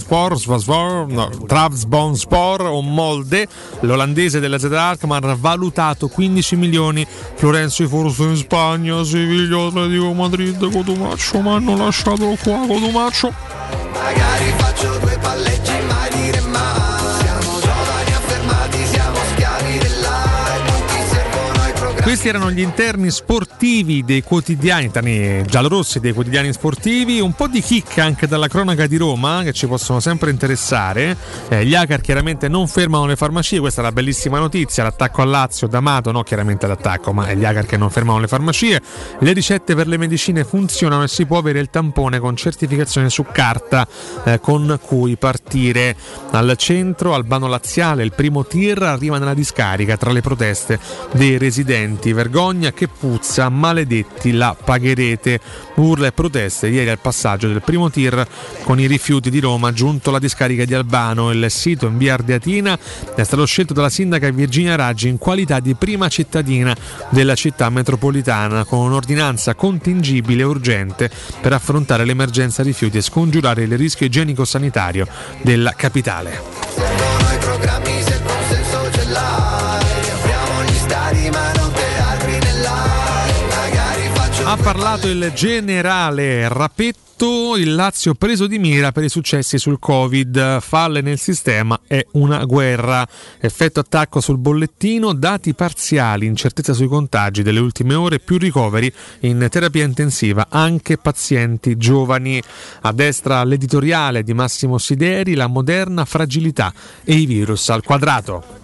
Trabzonspor o Molde, l'olandese della Z Alkmaar valutato 15 milioni, Florenzi forse in Spagna, Siviglia, Atletico Madrid, Cotumaccio, ma hanno lasciato qua Cotumaccio.
Magari faccio 2 palleggi, mai dire mai. Siamo giovani affermati, siamo schiavi dell'aria. Non ti servono i programmi.
Questi erano gli interni sportivi dei quotidiani, interni giallorossi dei quotidiani sportivi, un po' di chicca anche dalla cronaca di Roma che ci possono sempre interessare. Gli hacker chiaramente non fermano le farmacie, questa è la bellissima notizia, l'attacco a Lazio, D'Amato, no chiaramente l'attacco, ma è gli hacker che non fermano le farmacie. Le ricette per le medicine funzionano e si può avere il tampone con certificazione su carta con cui partire. Al centro, Albano Laziale, il primo tir arriva nella discarica tra le proteste dei residenti. Vergogna che puzza, maledetti, la pagherete. Urla e proteste ieri al passaggio del primo tir con i rifiuti di Roma giunto alla discarica di Albano. Il sito in via Ardeatina è stato scelto dalla sindaca Virginia Raggi in qualità di prima cittadina della città metropolitana con un'ordinanza contingibile e urgente per affrontare l'emergenza rifiuti e scongiurare il rischio igienico-sanitario della capitale.
Servono i programmi se il consenso ce l'hai. Apriamo gli stadi ma non teatri nell'aria. Magari faccio.
Ha parlato il generale Rapetto. Il Lazio preso di mira per i successi sul Covid, falle nel sistema, è una guerra. Effetto attacco sul bollettino, dati parziali, incertezza sui contagi delle ultime ore, più ricoveri in terapia intensiva, anche pazienti giovani. A destra l'editoriale di Massimo Sideri, la moderna fragilità e i virus al quadrato.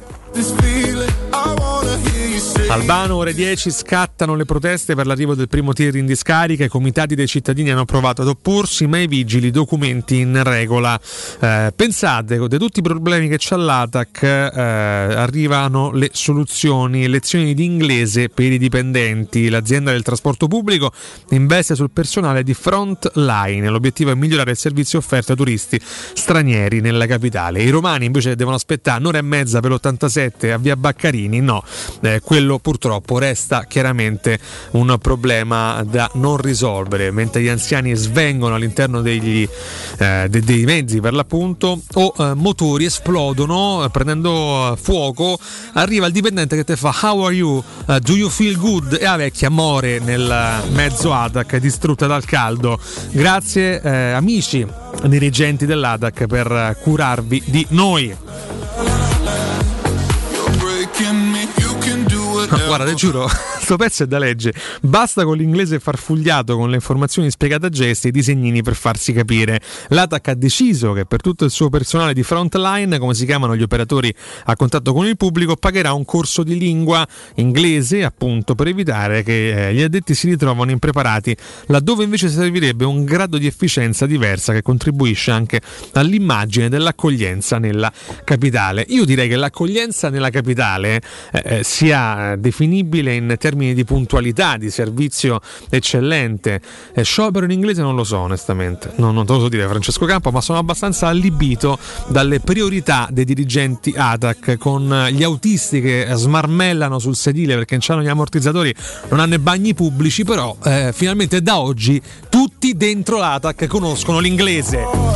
Albano, ore 10, scattano le proteste per l'arrivo del primo tir in discarica. I comitati dei cittadini hanno provato ad opporsi, ma i vigili documenti in regola. Pensate, di tutti i problemi che c'ha l'ATAC arrivano le soluzioni. Lezioni di inglese per i dipendenti. L'azienda del trasporto pubblico investe sul personale di Frontline. L'obiettivo è migliorare il servizio offerto ai turisti stranieri nella capitale. I romani invece devono aspettare un'ora e mezza per l'87 a via Baccarini. No, quello purtroppo resta chiaramente un problema da non risolvere, mentre gli anziani svengono all'interno dei mezzi per l'appunto o motori esplodono prendendo fuoco. Arriva il dipendente che te fa "How are you? Do you feel good?" e la vecchia muore nel mezzo ATAC distrutta dal caldo. Grazie amici dirigenti dell'ATAC per curarvi di noi. Guarda, ti giuro, sto pezzo è da leggere. Basta con l'inglese farfugliato con le informazioni spiegate a gesti e i disegnini per farsi capire. L'ATAC ha deciso che per tutto il suo personale di Frontline, come si chiamano gli operatori a contatto con il pubblico, pagherà un corso di lingua inglese, appunto, per evitare che gli addetti si ritrovano impreparati, laddove invece servirebbe un grado di efficienza diversa che contribuisce anche all'immagine dell'accoglienza nella capitale. Io direi che l'accoglienza nella capitale sia definibile in termini di puntualità, di servizio eccellente. Sciopero in inglese non lo so onestamente, non te lo so dire Francesco Campo, ma sono abbastanza allibito dalle priorità dei dirigenti ATAC, con gli autisti che smarmellano sul sedile perché non hanno gli ammortizzatori, non hanno i bagni pubblici, però finalmente da oggi tutti dentro l'ATAC conoscono l'inglese.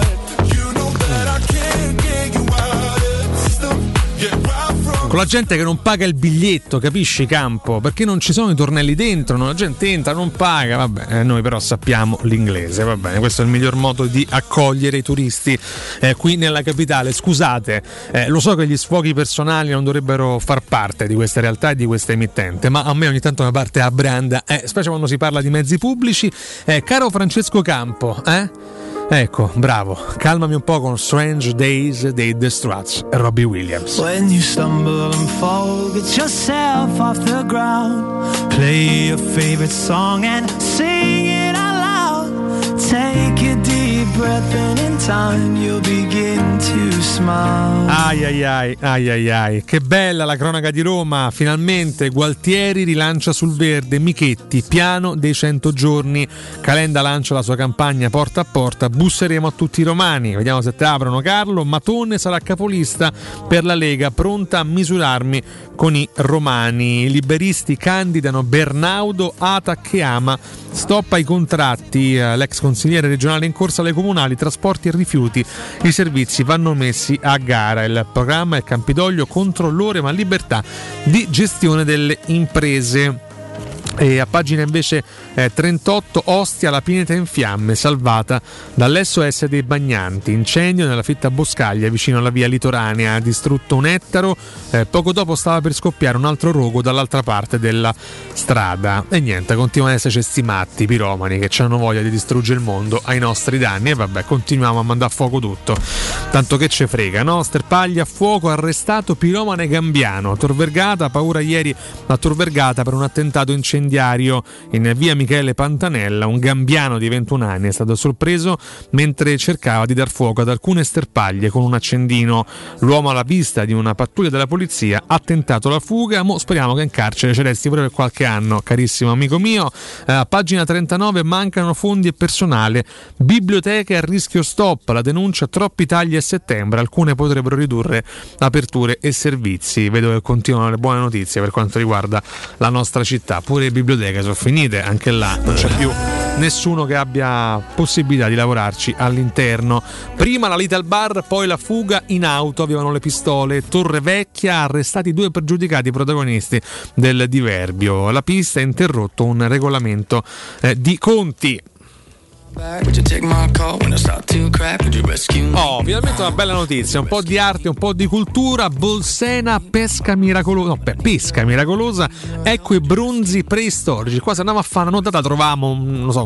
Con la gente che non paga il biglietto, capisci Campo? Perché non ci sono i tornelli dentro, la gente entra, non paga, vabbè, noi però sappiamo l'inglese, va bene, questo è il miglior modo di accogliere i turisti qui nella capitale. Scusate, lo so che gli sfoghi personali non dovrebbero far parte di questa realtà e di questa emittente, ma a me ogni tanto una parte a branda, specie quando si parla di mezzi pubblici. Caro Francesco Campo, ecco, bravo, calmami un po' con Strange Days dei The Struts e Robbie Williams.
When you stumble and fall, get yourself off the ground. Play your favorite song and sing it out loud. Take a deep breath and in time you'll begin to smile.
Ai, che bella la cronaca di Roma. Finalmente Gualtieri rilancia sul verde, Michetti, piano dei 100 giorni. Calenda lancia la sua campagna porta a porta. Busseremo a tutti i romani, vediamo se te aprono Carlo. Matone sarà capolista per la Lega, pronta a misurarmi con i romani. I liberisti candidano Bernaudo, ATAC e Ama. Stop ai contratti, l'ex consigliere regionale in corsa alle comunali, trasporti e rifiuti. I servizi vanno messi a gara. Il programma è Campidoglio, controllore ma libertà di gestione delle imprese. E a pagina invece 38 Ostia, la pineta in fiamme, salvata dall'SOS dei bagnanti. Incendio nella fitta boscaglia vicino alla via litoranea, ha distrutto un ettaro, poco dopo stava per scoppiare un altro rogo dall'altra parte della strada. E niente, continuano ad esserci sti matti piromani che hanno voglia di distruggere il mondo ai nostri danni, e vabbè, continuiamo a mandare a fuoco tutto, tanto che ce frega, no? Sterpaglia a fuoco, arrestato piromane gambiano. Tor Vergata, paura ieri a Tor Vergata per un attentato incendiario in via Michele Pantanella. Un gambiano di 21 anni è stato sorpreso mentre cercava di dar fuoco ad alcune sterpaglie con un accendino. L'uomo, alla vista di una pattuglia della polizia, ha tentato la fuga. Mo speriamo che in carcere ci resti pure per qualche anno, carissimo amico mio. A pagina 39, mancano fondi e personale, biblioteche a rischio stop, la denuncia troppi tagli a settembre, alcune potrebbero ridurre aperture e servizi. Vedo che continuano le buone notizie per quanto riguarda la nostra città, pure le biblioteche sono finite, anche là non c'è più nessuno che abbia possibilità di lavorarci all'interno. Prima la lite al bar, poi la fuga in auto, avevano le pistole. Torre Vecchia, arrestati 2 pregiudicati protagonisti del diverbio. La pista ha interrotto un regolamento di conti. Oh, finalmente una bella notizia, un po' di arte, un po' di cultura. Bolsena, pesca miracolosa, pesca miracolosa, ecco i bronzi preistorici. Qua se andiamo a fare una notata trovavamo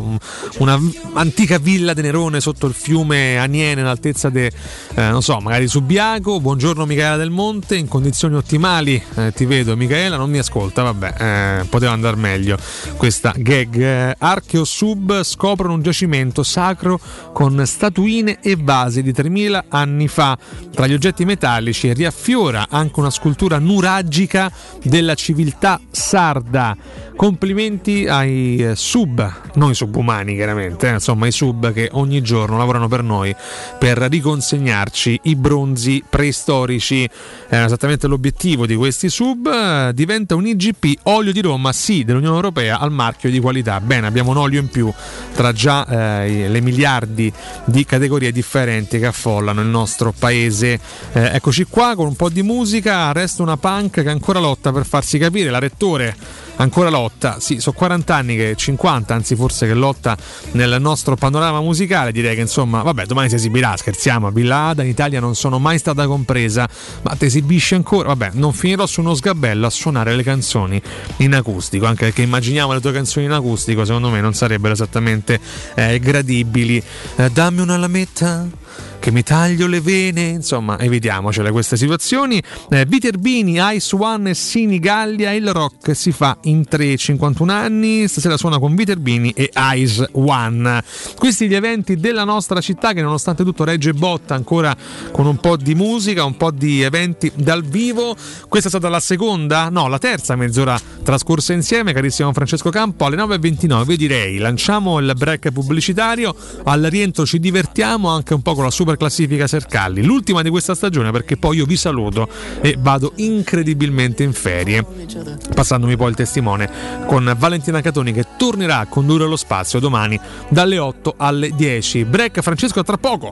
una antica villa de Nerone sotto il fiume Aniene, all'altezza di magari Subiaco. Buongiorno Michaela Del Monte, in condizioni ottimali, ti vedo Michaela, non mi ascolta, vabbè, poteva andare meglio questa gag. Archeo Sub scoprono un giacimento sacro con statuine e vasi di 3000 anni fa. Tra gli oggetti metallici riaffiora anche una scultura nuragica della civiltà sarda. Complimenti ai sub, non i subumani chiaramente, insomma i sub che ogni giorno lavorano per noi per riconsegnarci i bronzi preistorici. Esattamente l'obiettivo di questi sub. Diventa un IGP olio di Roma, sì, dell'Unione Europea, al marchio di qualità. Bene, abbiamo un olio in più tra già le miliardi di categorie differenti che affollano il nostro paese. Eccoci qua con un po' di musica. Resta una punk che ancora lotta per farsi capire. La Rettore ancora lotta, sì, sono 40 anni che 50, anzi forse, che lotta nel nostro panorama musicale. Direi che insomma, vabbè, domani si esibirà, scherziamo, Villa Ada in Italia non sono mai stata compresa, ma ti esibisce ancora? Vabbè, non finirò su uno sgabello a suonare le canzoni in acustico, anche perché immaginiamo le tue canzoni in acustico, secondo me non sarebbero esattamente gradibili. Dammi una lametta che mi taglio le vene, insomma, evitiamocele queste situazioni. Viterbini, Ice One e Sinigallia, il rock si fa in 3,51 anni. Stasera suona con Viterbini e Ice One. Questi gli eventi della nostra città che nonostante tutto regge botta ancora con un po' di musica, un po' di eventi dal vivo. Questa è stata la terza mezz'ora trascorsa insieme, carissimo Francesco Campo. Alle 9:29 direi lanciamo il break pubblicitario, al rientro ci divertiamo anche un po' con la super classifica Sercalli, l'ultima di questa stagione, perché poi io vi saluto e vado incredibilmente in ferie, passandomi poi il testimone con Valentina Catoni, che tornerà a condurre lo spazio domani dalle 8 alle 10. Break, Francesco, a tra poco.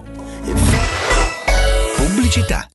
Pubblicità.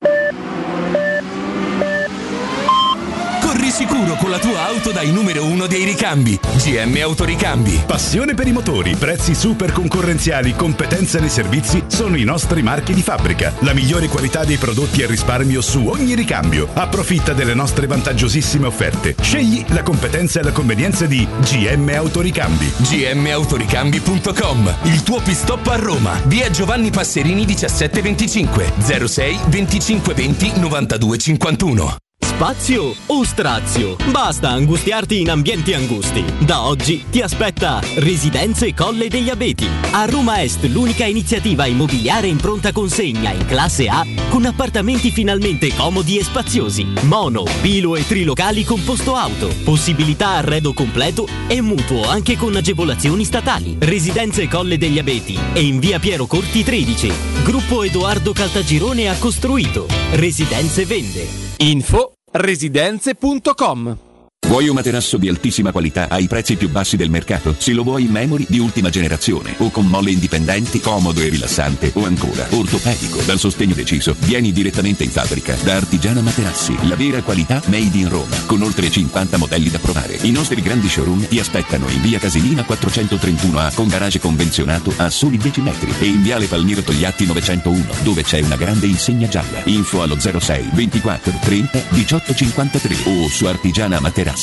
Corri sicuro con la tua auto dai numero 1 dei ricambi. GM Autoricambi.
Passione per i motori, prezzi super concorrenziali, competenza nei servizi sono i nostri marchi di fabbrica. La migliore qualità dei prodotti e risparmio su ogni ricambio. Approfitta delle nostre vantaggiosissime offerte. Scegli la competenza e la convenienza di GM Autoricambi.
gmautoricambi.com. Il tuo pit-stop a Roma. Via Giovanni Passerini 1725 06 25 20 92 51.
Spazio o strazio? Basta angustiarti in ambienti angusti. Da oggi ti aspetta Residenze Colle degli Abeti. A Roma Est, l'unica iniziativa immobiliare in pronta consegna in classe A, con appartamenti finalmente comodi e spaziosi. Mono, bilo e trilocali con posto auto. Possibilità arredo completo e mutuo anche con agevolazioni statali. Residenze Colle degli Abeti e in via Piero Corti 13. Gruppo Edoardo Caltagirone ha costruito. Residenze vende.
Info residenze.com.
Vuoi un materasso di altissima qualità ai prezzi più bassi del mercato? Se lo vuoi in memory di ultima generazione o con molle indipendenti, comodo e rilassante, o ancora ortopedico dal sostegno deciso, vieni direttamente in fabbrica da Artigiana Materassi, la vera qualità made in Roma, con oltre 50 modelli da provare. I nostri grandi showroom ti aspettano in via Casilina 431A con garage convenzionato a soli 10 metri e in viale Palmiro Togliatti 901, dove c'è una grande insegna gialla. Info allo 06 24 30 18 53 o su artigianamaterassi.com.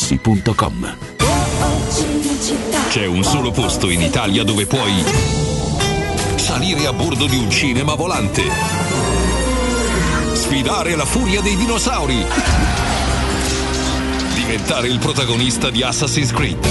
C'è un solo posto in Italia dove puoi salire a bordo di un cinema volante, sfidare la furia dei dinosauri, diventare il protagonista di Assassin's Creed,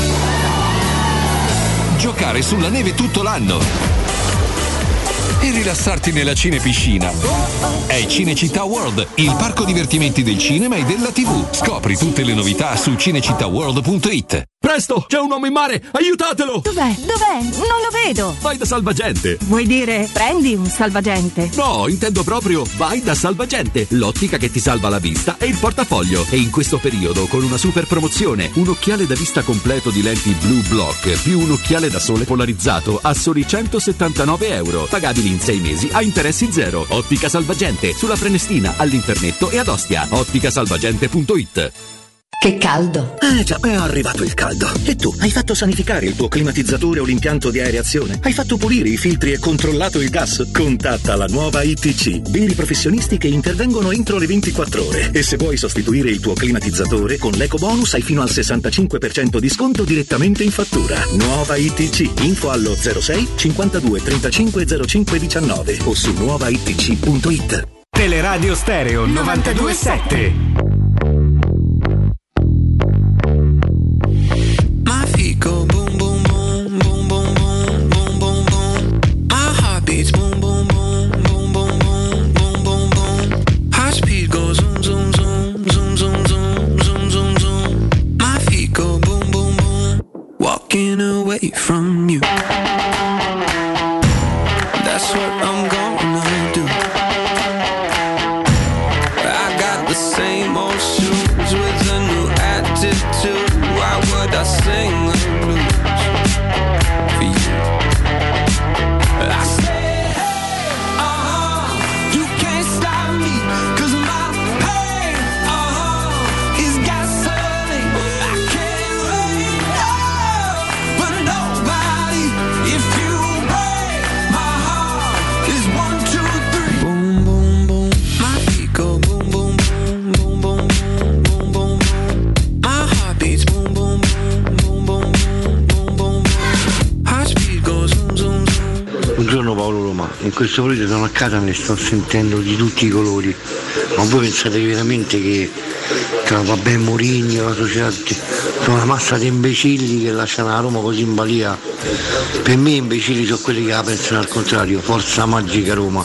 giocare sulla neve tutto l'anno e rilassarti nella cinepiscina. È Cinecittà World, il parco divertimenti del cinema e della TV. Scopri tutte le novità su cinecittàworld.it.
Presto, c'è un uomo in mare, aiutatelo!
Dov'è? Non lo vedo!
Vai da Salvagente!
Vuoi dire prendi un salvagente?
No, intendo proprio vai da Salvagente, l'ottica che ti salva la vista e il portafoglio. E in questo periodo con una super promozione, un occhiale da vista completo di lenti Blue Block più un occhiale da sole polarizzato a soli €179, pagabili in 6 mesi a interessi zero. Ottica Salvagente, sulla Prenestina, all'Internetto e ad Ostia. otticasalvagente.it.
Che caldo! Già, è arrivato il caldo. E tu, hai fatto sanificare il tuo climatizzatore o l'impianto di areazione? Hai fatto pulire i filtri e controllato il gas? Contatta la nuova ITC, veri professionisti che intervengono entro le 24 ore. E se vuoi sostituire il tuo climatizzatore, con l'EcoBonus hai fino al 65% di sconto direttamente in fattura. Nuova ITC, info allo 06 52 35 05 19 o su nuovaitc.it.
Teleradio Stereo 92.7.
Go boom boom boom boom boom boom boom boom boom. My heart beats boom boom boom boom boom boom boom boom boom. High speed goes zoom zoom zoom zoom zoom zoom zoom zoom zoom. My feet go boom boom boom. Walking away from you. That's what I'm gonna do. I got the same old shoes with a new attitude. Why would I sing?
Buongiorno Paolo Roma, in questo periodo sono a casa, ne sto sentendo di tutti i colori, ma voi pensate veramente che vabbè Mourinho, la società sono una massa di imbecilli che lasciano la Roma così in balia? Per me imbecilli sono quelli che la pensano al contrario, forza magica Roma.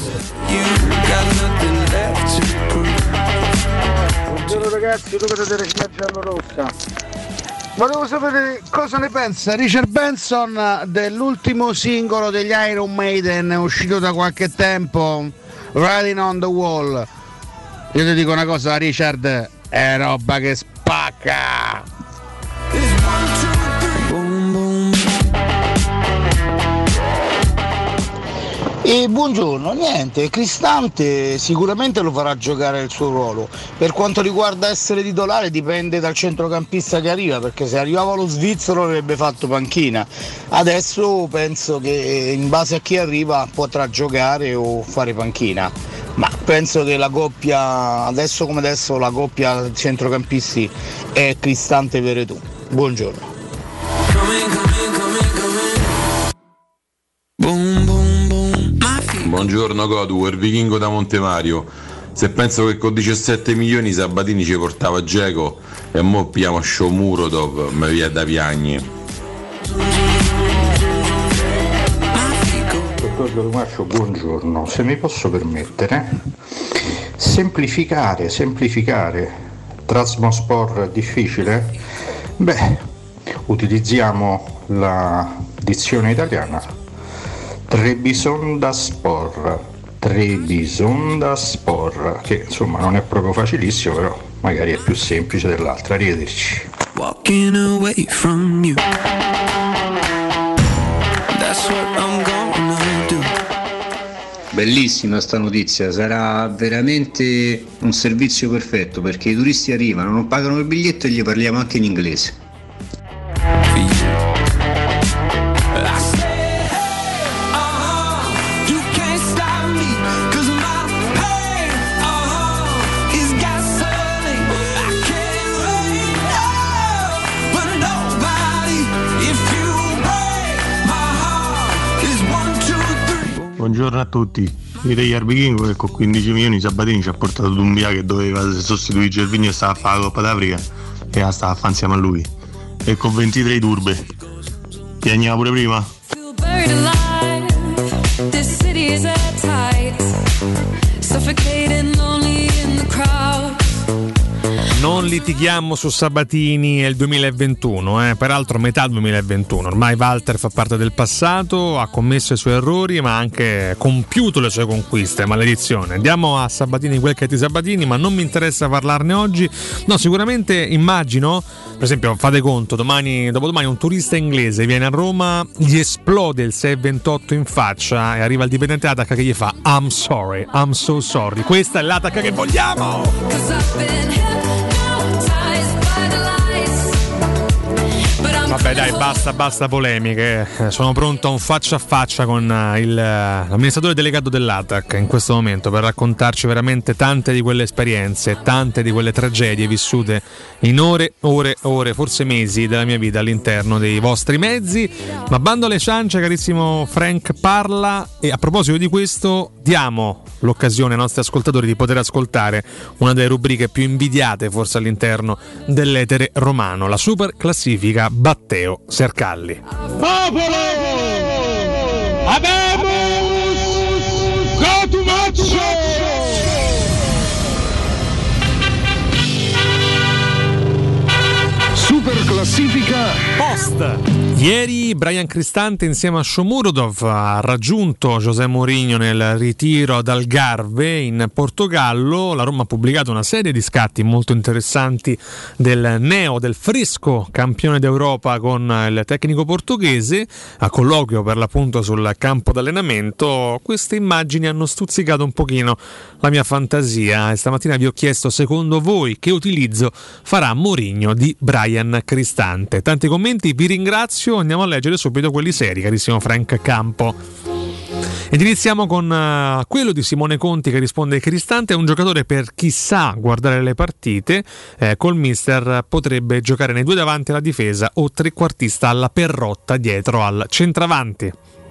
Buongiorno ragazzi, Luca della Regina Giallorossa. Volevo sapere cosa ne pensa Richard Benson dell'ultimo singolo degli Iron Maiden uscito da qualche tempo, Riding on the Wall. Io ti dico una cosa, Richard, è roba che spacca. E buongiorno, niente, Cristante sicuramente lo farà giocare il suo ruolo. Per quanto riguarda essere titolare dipende dal centrocampista che arriva, perché se arrivava lo svizzero avrebbe fatto panchina. Adesso penso che in base a chi arriva potrà giocare o fare panchina. Ma penso che la coppia, adesso come adesso, la coppia centrocampisti è Cristante Veretù. Buongiorno.
Buongiorno Godu, il vichingo da Montemario. Se penso che con 17 milioni Sabatini ci portava Dzeko e mo pigliamo Shomurodov, mi via da piagni.
Dottor Domascio, buongiorno. Se mi posso permettere, semplificare Trabzonspor difficile? Beh, utilizziamo la dizione italiana. Trebisondaspor, che insomma non è proprio facilissimo, però magari è più semplice dell'altra. Arrivederci.
walking away from you. That's what I'm gonna do.
Bellissima sta notizia, sarà veramente un servizio perfetto perché i turisti arrivano, non pagano il biglietto e gli parliamo anche in inglese.
Buongiorno a tutti. Direi Yarbi King che con 15 milioni Sabatini ci ha portato Dumbia che doveva sostituire Gervinho e stava a fare la Coppa d'Africa e stava a fare insieme a lui. E con 23 turbe. Piagnava pure prima?
Non litighiamo su Sabatini, è il 2021, peraltro metà 2021. Ormai Walter fa parte del passato, ha commesso i suoi errori ma ha anche compiuto le sue conquiste, maledizione. Andiamo a Sabatini, quel che è di Sabatini, ma non mi interessa parlarne oggi. No, sicuramente immagino, per esempio fate conto, dopodomani un turista inglese viene a Roma, gli esplode il 628 in faccia e arriva il dipendente attacca che gli fa I'm sorry, I'm so sorry. Questa è l'attacca che vogliamo! Vabbè dai, basta polemiche. Sono pronto a un faccia a faccia con l'amministratore delegato dell'ATAC in questo momento per raccontarci veramente tante di quelle esperienze, tante di quelle tragedie vissute in ore, forse mesi della mia vita all'interno dei vostri mezzi. Ma bando alle ciance, carissimo Frank parla, e a proposito di questo diamo l'occasione ai nostri ascoltatori di poter ascoltare una delle rubriche più invidiate forse all'interno dell'etere romano, la super classifica Matteo Sercalli.
Popolo! Abemus! Cotumaccio!
Super classifica post. Ieri Brian Cristante insieme a Shomurodov ha raggiunto José Mourinho nel ritiro ad Algarve in Portogallo. La Roma ha pubblicato una serie di scatti molto interessanti del fresco campione d'Europa con il tecnico portoghese a colloquio per l'appunto sul campo d'allenamento. Queste immagini hanno stuzzicato un pochino la mia fantasia e stamattina vi ho chiesto secondo voi che utilizzo farà Mourinho di Brian Cristante. Tanti commenti, vi ringrazio. Andiamo a leggere subito quelli seri, carissimo Frank Campo. Ed iniziamo con quello di Simone Conti che risponde: Cristante è un giocatore per chi sa guardare le partite, col mister potrebbe giocare nei due davanti alla difesa o trequartista alla Perrotta dietro al centravanti.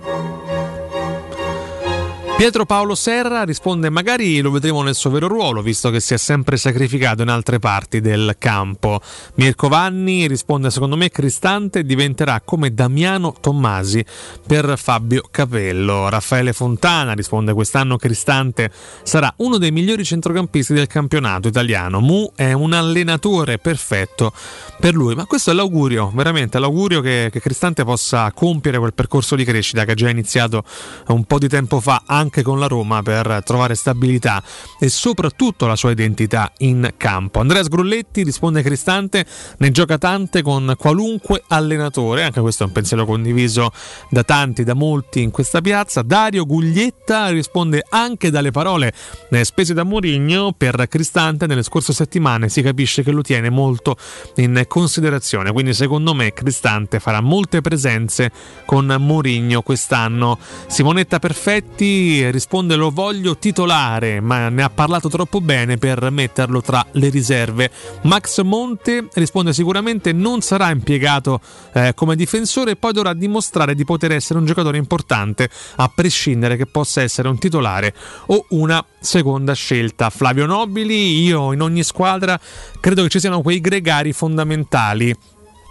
Pietro Paolo Serra risponde: magari lo vedremo nel suo vero ruolo, visto che si è sempre sacrificato in altre parti del campo. Mirko Vanni risponde: secondo me Cristante diventerà come Damiano Tommasi per Fabio Capello. Raffaele Fontana risponde: quest'anno Cristante sarà uno dei migliori centrocampisti del campionato italiano. Mu è un allenatore perfetto per lui. Ma questo è l'augurio, veramente l'augurio che Cristante possa compiere quel percorso di crescita che ha già iniziato un po' di tempo fa anche con la Roma, per trovare stabilità e soprattutto la sua identità in campo. Andrea Sgrulletti risponde: Cristante ne gioca tante con qualunque allenatore, anche questo è un pensiero condiviso da tanti, da molti in questa piazza. Dario Guglietta risponde: anche dalle parole spese da Mourinho per Cristante nelle scorse settimane si capisce che lo tiene molto in considerazione, quindi secondo me Cristante farà molte presenze con Mourinho quest'anno. Simonetta Perfetti risponde: lo voglio titolare, ma ne ha parlato troppo bene per metterlo tra le riserve. Max Monte risponde: sicuramente non sarà impiegato come difensore, poi dovrà dimostrare di poter essere un giocatore importante a prescindere che possa essere un titolare o una seconda scelta. Flavio Nobili: io in ogni squadra credo che ci siano quei gregari fondamentali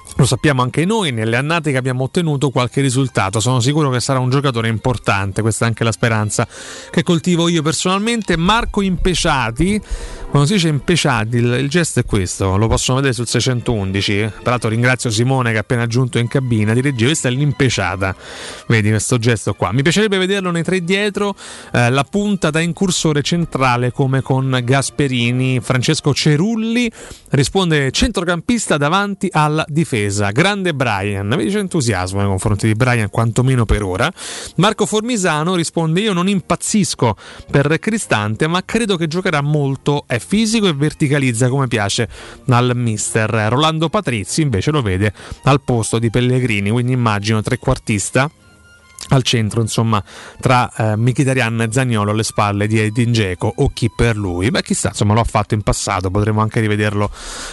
Lo sappiamo anche noi, nelle annate che abbiamo ottenuto qualche risultato. Sono sicuro che sarà un giocatore importante, questa è anche la speranza che coltivo io personalmente. Marco Impeciati, quando si dice Impeciati il gesto è questo, lo possono vedere sul 611. Peraltro ringrazio Simone che è appena giunto in cabina di regia, questa è l'impeciata, vedi questo gesto qua. Mi piacerebbe vederlo nei tre dietro, la punta da incursore centrale come con Gasperini. Francesco Cerulli risponde centrocampista davanti alla difesa. Grande Brian, vedi c'è entusiasmo nei confronti di Brian, quantomeno per ora. Marco Formisano risponde: io non impazzisco per Cristante, ma credo che giocherà molto, è fisico e verticalizza come piace al mister. Rolando Patrizzi invece lo vede al posto di Pellegrini, quindi immagino trequartista al centro, insomma, tra Mkhitaryan e Zaniolo alle spalle di Edin Dzeko o chi per lui. Beh, chissà, insomma, lo ha fatto in passato, potremo anche rivederlo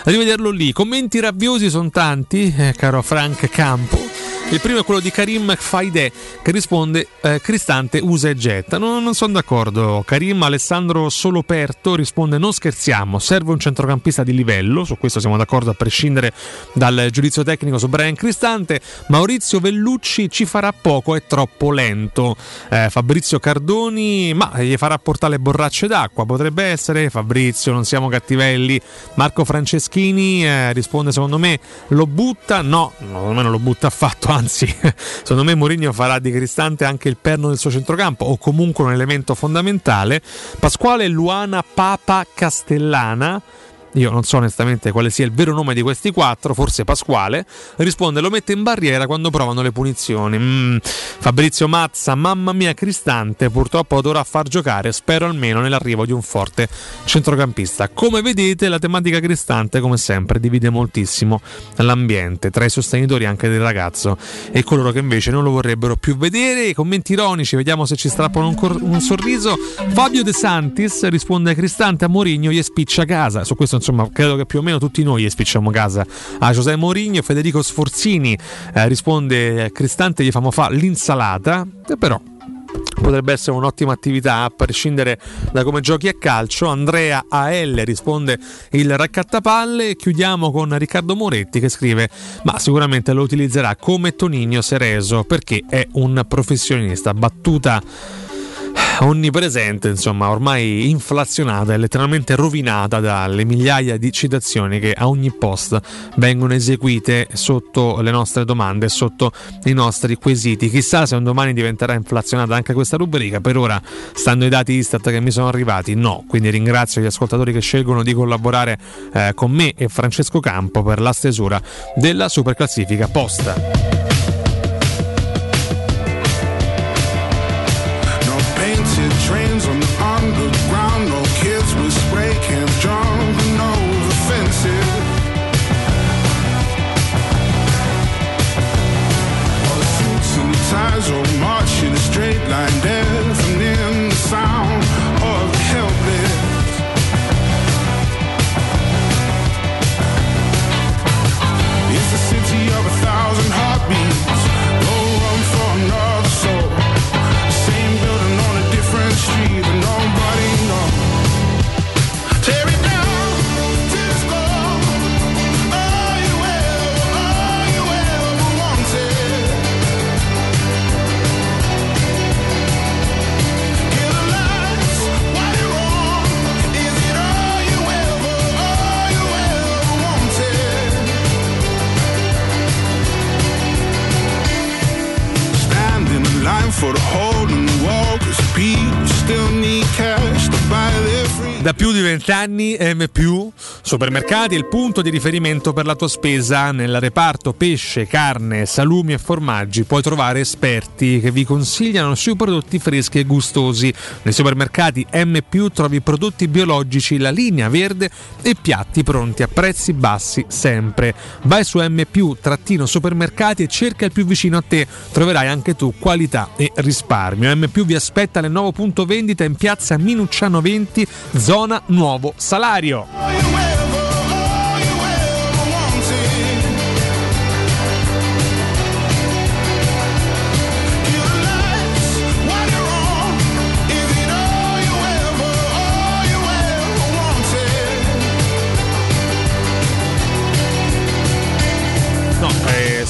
lì. Commenti rabbiosi sono tanti, caro Frank Campo. Il primo è quello di Karim Faide che risponde: Cristante usa e getta. Non sono d'accordo, Karim. Alessandro Soloperto risponde: non scherziamo, serve un centrocampista di livello. Su questo siamo d'accordo a prescindere dal giudizio tecnico su Brian Cristante. Maurizio Vellucci: ci farà poco, è troppo lento. Fabrizio Cardoni: ma gli farà portare le borracce d'acqua, potrebbe essere. Fabrizio, non siamo cattivelli. Marco Franceschini risponde: secondo me lo butta. No, secondo me non lo butta affatto, anzi secondo me Mourinho farà di Cristante anche il perno del suo centrocampo, o comunque un elemento fondamentale. Pasquale Luana Papa Castellana, io non so onestamente quale sia il vero nome di questi quattro, forse Pasquale, risponde: lo mette in barriera quando provano le punizioni. Fabrizio Mazza: mamma mia, Cristante purtroppo dovrà far giocare, spero almeno nell'arrivo di un forte centrocampista. Come vedete, la tematica Cristante come sempre divide moltissimo l'ambiente tra i sostenitori anche del ragazzo e coloro che invece non lo vorrebbero più vedere. I commenti ironici, vediamo se ci strappano un sorriso. Fabio De Santis risponde: Cristante a Mourinho gli spiccia casa. Su questo insomma credo che più o meno tutti noi spicciamo casa a José Mourinho. Federico Sforzini risponde: Cristante gli famo fa l'insalata, però potrebbe essere un'ottima attività a prescindere da come giochi a calcio. Andrea AL risponde: il raccattapalle. Chiudiamo con Riccardo Moretti che scrive: ma sicuramente lo utilizzerà come Toninho Cerezo perché è un professionista. Battuta onnipresente, insomma, ormai inflazionata e letteralmente rovinata dalle migliaia di citazioni che a ogni post vengono eseguite sotto le nostre domande, sotto i nostri quesiti. Chissà se un domani diventerà inflazionata anche questa rubrica. Per ora, stando ai dati Istat che mi sono arrivati, no. Quindi ringrazio gli ascoltatori che scelgono di collaborare con me e Francesco Campo per la stesura della superclassifica posta.
Trains on the underground, no kids with spray cans, jumping over fences. All the suits and ties all march in a straight line, deafening the sound of the helpless. It's the city of 1,000 heartbeats, no room for another soul. Same building on a different street, but nobody knows. Tear it down to the score. All you ever wanted. Kill the lights while you're on. Is it all you ever wanted? Stand in the line for the hole in the wall, 'cause people still need cash to buy their free.
Da più di 20 anni M+, Supermercati è il punto di riferimento per la tua spesa. Nel reparto pesce, carne, salumi e formaggi puoi trovare esperti che vi consigliano sui prodotti freschi e gustosi. Nei supermercati M+, trovi prodotti biologici, la linea verde e piatti pronti a prezzi bassi sempre. Vai su M+-supermercati e cerca il più vicino a te. Troverai anche tu qualità e risparmio. M+ vi aspetta nel nuovo punto vendita in piazza Minucciano 20, zona Nuovo Salario.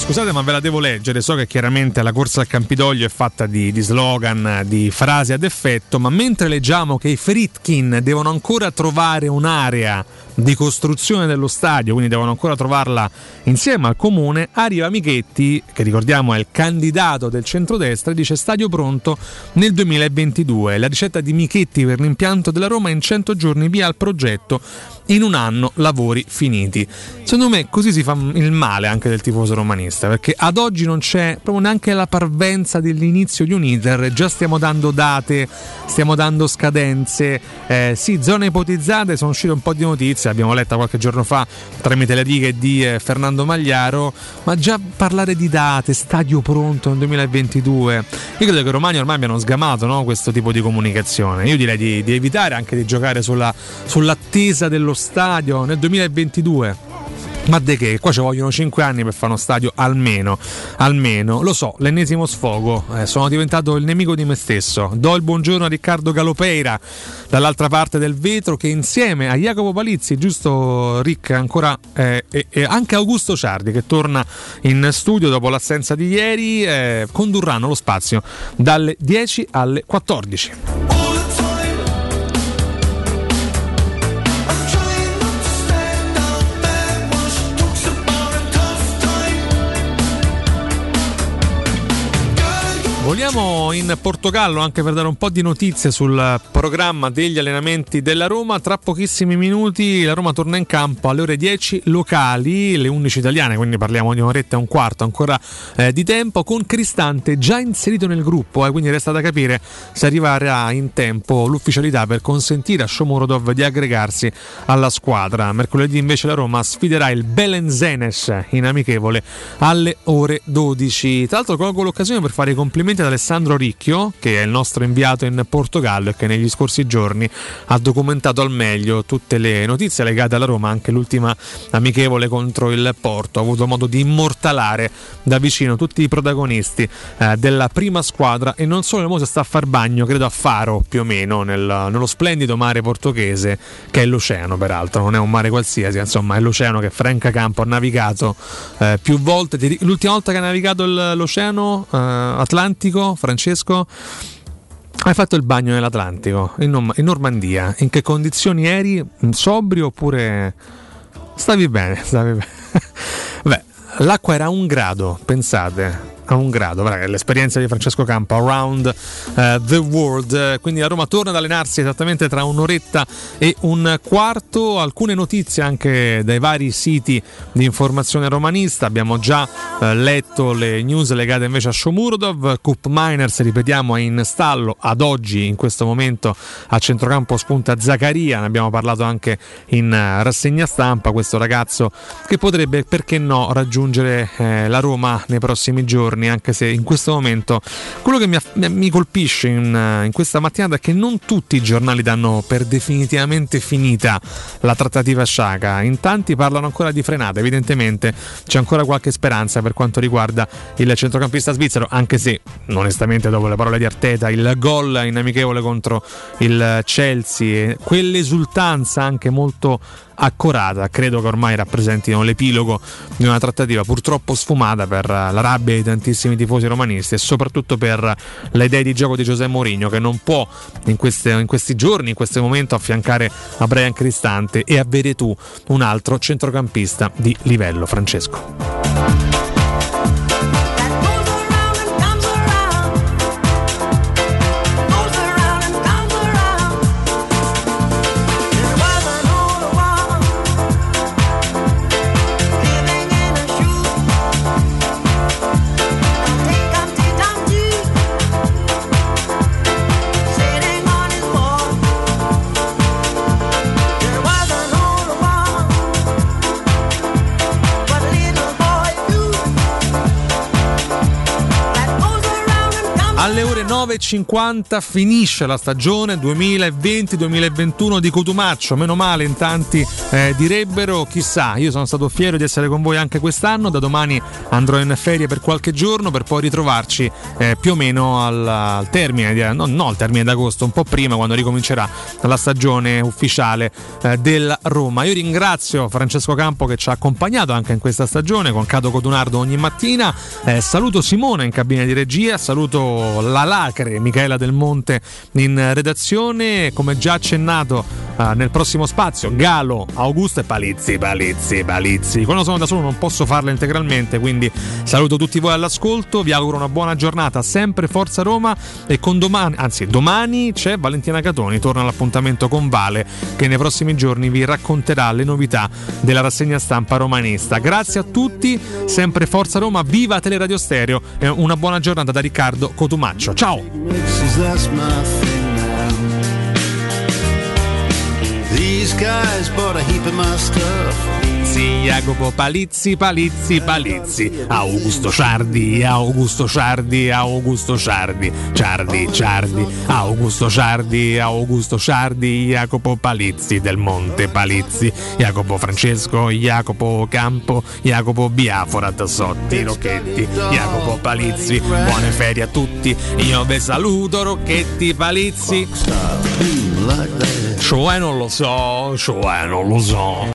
scusate ma ve la devo leggere, so che chiaramente la corsa al Campidoglio è fatta di slogan, di frasi ad effetto, ma mentre leggiamo che i Friedkin devono ancora trovare un'area di costruzione dello stadio, quindi devono ancora trovarla insieme al comune, arriva Michetti, che ricordiamo è il candidato del centrodestra, e dice stadio pronto nel 2022. La ricetta di Michetti per l'impianto della Roma: in 100 giorni via al progetto, in un anno lavori finiti. Secondo me così si fa il male anche del tifoso romanista, perché ad oggi non c'è proprio neanche la parvenza dell'inizio di un iter, già stiamo dando date, stiamo dando scadenze, sì, zone ipotizzate, sono uscite un po' di notizie, abbiamo letto qualche giorno fa tramite le righe di Fernando Magliaro, ma già parlare di date, stadio pronto nel 2022, io credo che i romani ormai abbiano sgamato, no, questo tipo di comunicazione. Io direi di evitare anche di giocare sull'attesa dello stadio nel 2022. Ma de che? Qua ci vogliono 5 anni per fare uno stadio almeno. Lo so, l'ennesimo sfogo, sono diventato il nemico di me stesso. Do il buongiorno a Riccardo Galopeira dall'altra parte del vetro, che insieme a Jacopo Palizzi, giusto Rick, ancora e anche Augusto Ciardi, che torna in studio dopo l'assenza di ieri, condurranno lo spazio dalle 10 alle 14. Voliamo in Portogallo anche per dare un po' di notizie sul programma degli allenamenti della Roma. Tra pochissimi minuti la Roma torna in campo alle ore 10 locali, le 11 italiane, quindi parliamo di un'oretta e un quarto ancora di tempo, con Cristante già inserito nel gruppo, quindi resta da capire se arriverà in tempo l'ufficialità per consentire a Shomurodov di aggregarsi alla squadra. Mercoledì invece la Roma sfiderà il Belenzenes in amichevole alle ore 12. Tra l'altro colgo l'occasione per fare i complimenti ad Alessandro Ricchio, che è il nostro inviato in Portogallo e che negli scorsi giorni ha documentato al meglio tutte le notizie legate alla Roma, anche l'ultima amichevole contro il Porto. Ha avuto modo di immortalare da vicino tutti i protagonisti della prima squadra, e non solo. Mo si sta a far bagno, credo a Faro più o meno, nello splendido mare portoghese, che è l'oceano, peraltro non è un mare qualsiasi, insomma è l'oceano che Franca Campo ha navigato più volte. L'ultima volta che ha navigato l'oceano Atlantico, Francesco, hai fatto il bagno nell'Atlantico in Normandia? In che condizioni eri? Sobrio oppure stavi bene? Beh, l'acqua era a 1 grado, pensate, a 1 grado, l'esperienza di Francesco Campo Around the World. Quindi la Roma torna ad allenarsi esattamente tra un'oretta e un quarto. Alcune notizie anche dai vari siti di informazione romanista. Abbiamo già letto le news legate invece a Shomurodov. Cup Miners, ripetiamo, è in stallo ad oggi. In questo momento a centrocampo spunta Zaccaria, ne abbiamo parlato anche in rassegna stampa, questo ragazzo che potrebbe, perché no, raggiungere la Roma nei prossimi giorni, anche se in questo momento quello che mi colpisce in questa mattinata è che non tutti i giornali danno per definitivamente finita la trattativa Sciacca. In tanti parlano ancora di frenata, evidentemente c'è ancora qualche speranza per quanto riguarda il centrocampista svizzero, anche se onestamente dopo le parole di Arteta, il gol in amichevole contro il Chelsea, quell'esultanza anche molto accorata, credo che ormai rappresentino l'epilogo di una trattativa purtroppo sfumata per la rabbia di tantissimi tifosi romanisti e soprattutto per le idee di gioco di José Mourinho, che non può in questi giorni, in questo momento, affiancare a Brian Cristante e avere tu un altro centrocampista di livello. Francesco.
Boy, you
9:50 finisce la stagione 2020-2021 di Cotumaccio. Meno male, in tanti direbbero. Chissà, io sono stato fiero di essere con voi anche quest'anno. Da domani andrò in ferie per qualche giorno per poi ritrovarci più o meno al termine, no al termine d'agosto, un po' prima, quando ricomincerà la stagione ufficiale del Roma. Io ringrazio Francesco Campo che ci ha accompagnato anche in questa stagione con Cato Cotunardo ogni mattina. Saluto Simone in cabina di regia, saluto la Lacre Michaela Del Monte in redazione. Come già accennato, nel prossimo spazio Galo, Augusto e Palizzi. Quando sono da solo non posso farla integralmente, quindi saluto tutti voi all'ascolto, vi auguro una buona giornata, sempre Forza Roma, e con domani c'è Valentina Catoni, torna all'appuntamento con Vale che nei prossimi giorni vi racconterà le novità della rassegna stampa romanista. Grazie a tutti, sempre Forza Roma, viva Teleradio Stereo e una buona giornata da Riccardo Cotumaccio. Ciao!
These guys bought a heap of my stuff.
Jacopo Palizzi, Augusto Ciardi, Augusto Ciardi, Jacopo Palizzi Del Monte, Jacopo Francesco, Jacopo Campo, Jacopo Biafora, Tassotti, Rocchetti, Jacopo Palizzi. Buone ferie a tutti, io vi saluto, Rocchetti, Palizzi. Cioè non lo so.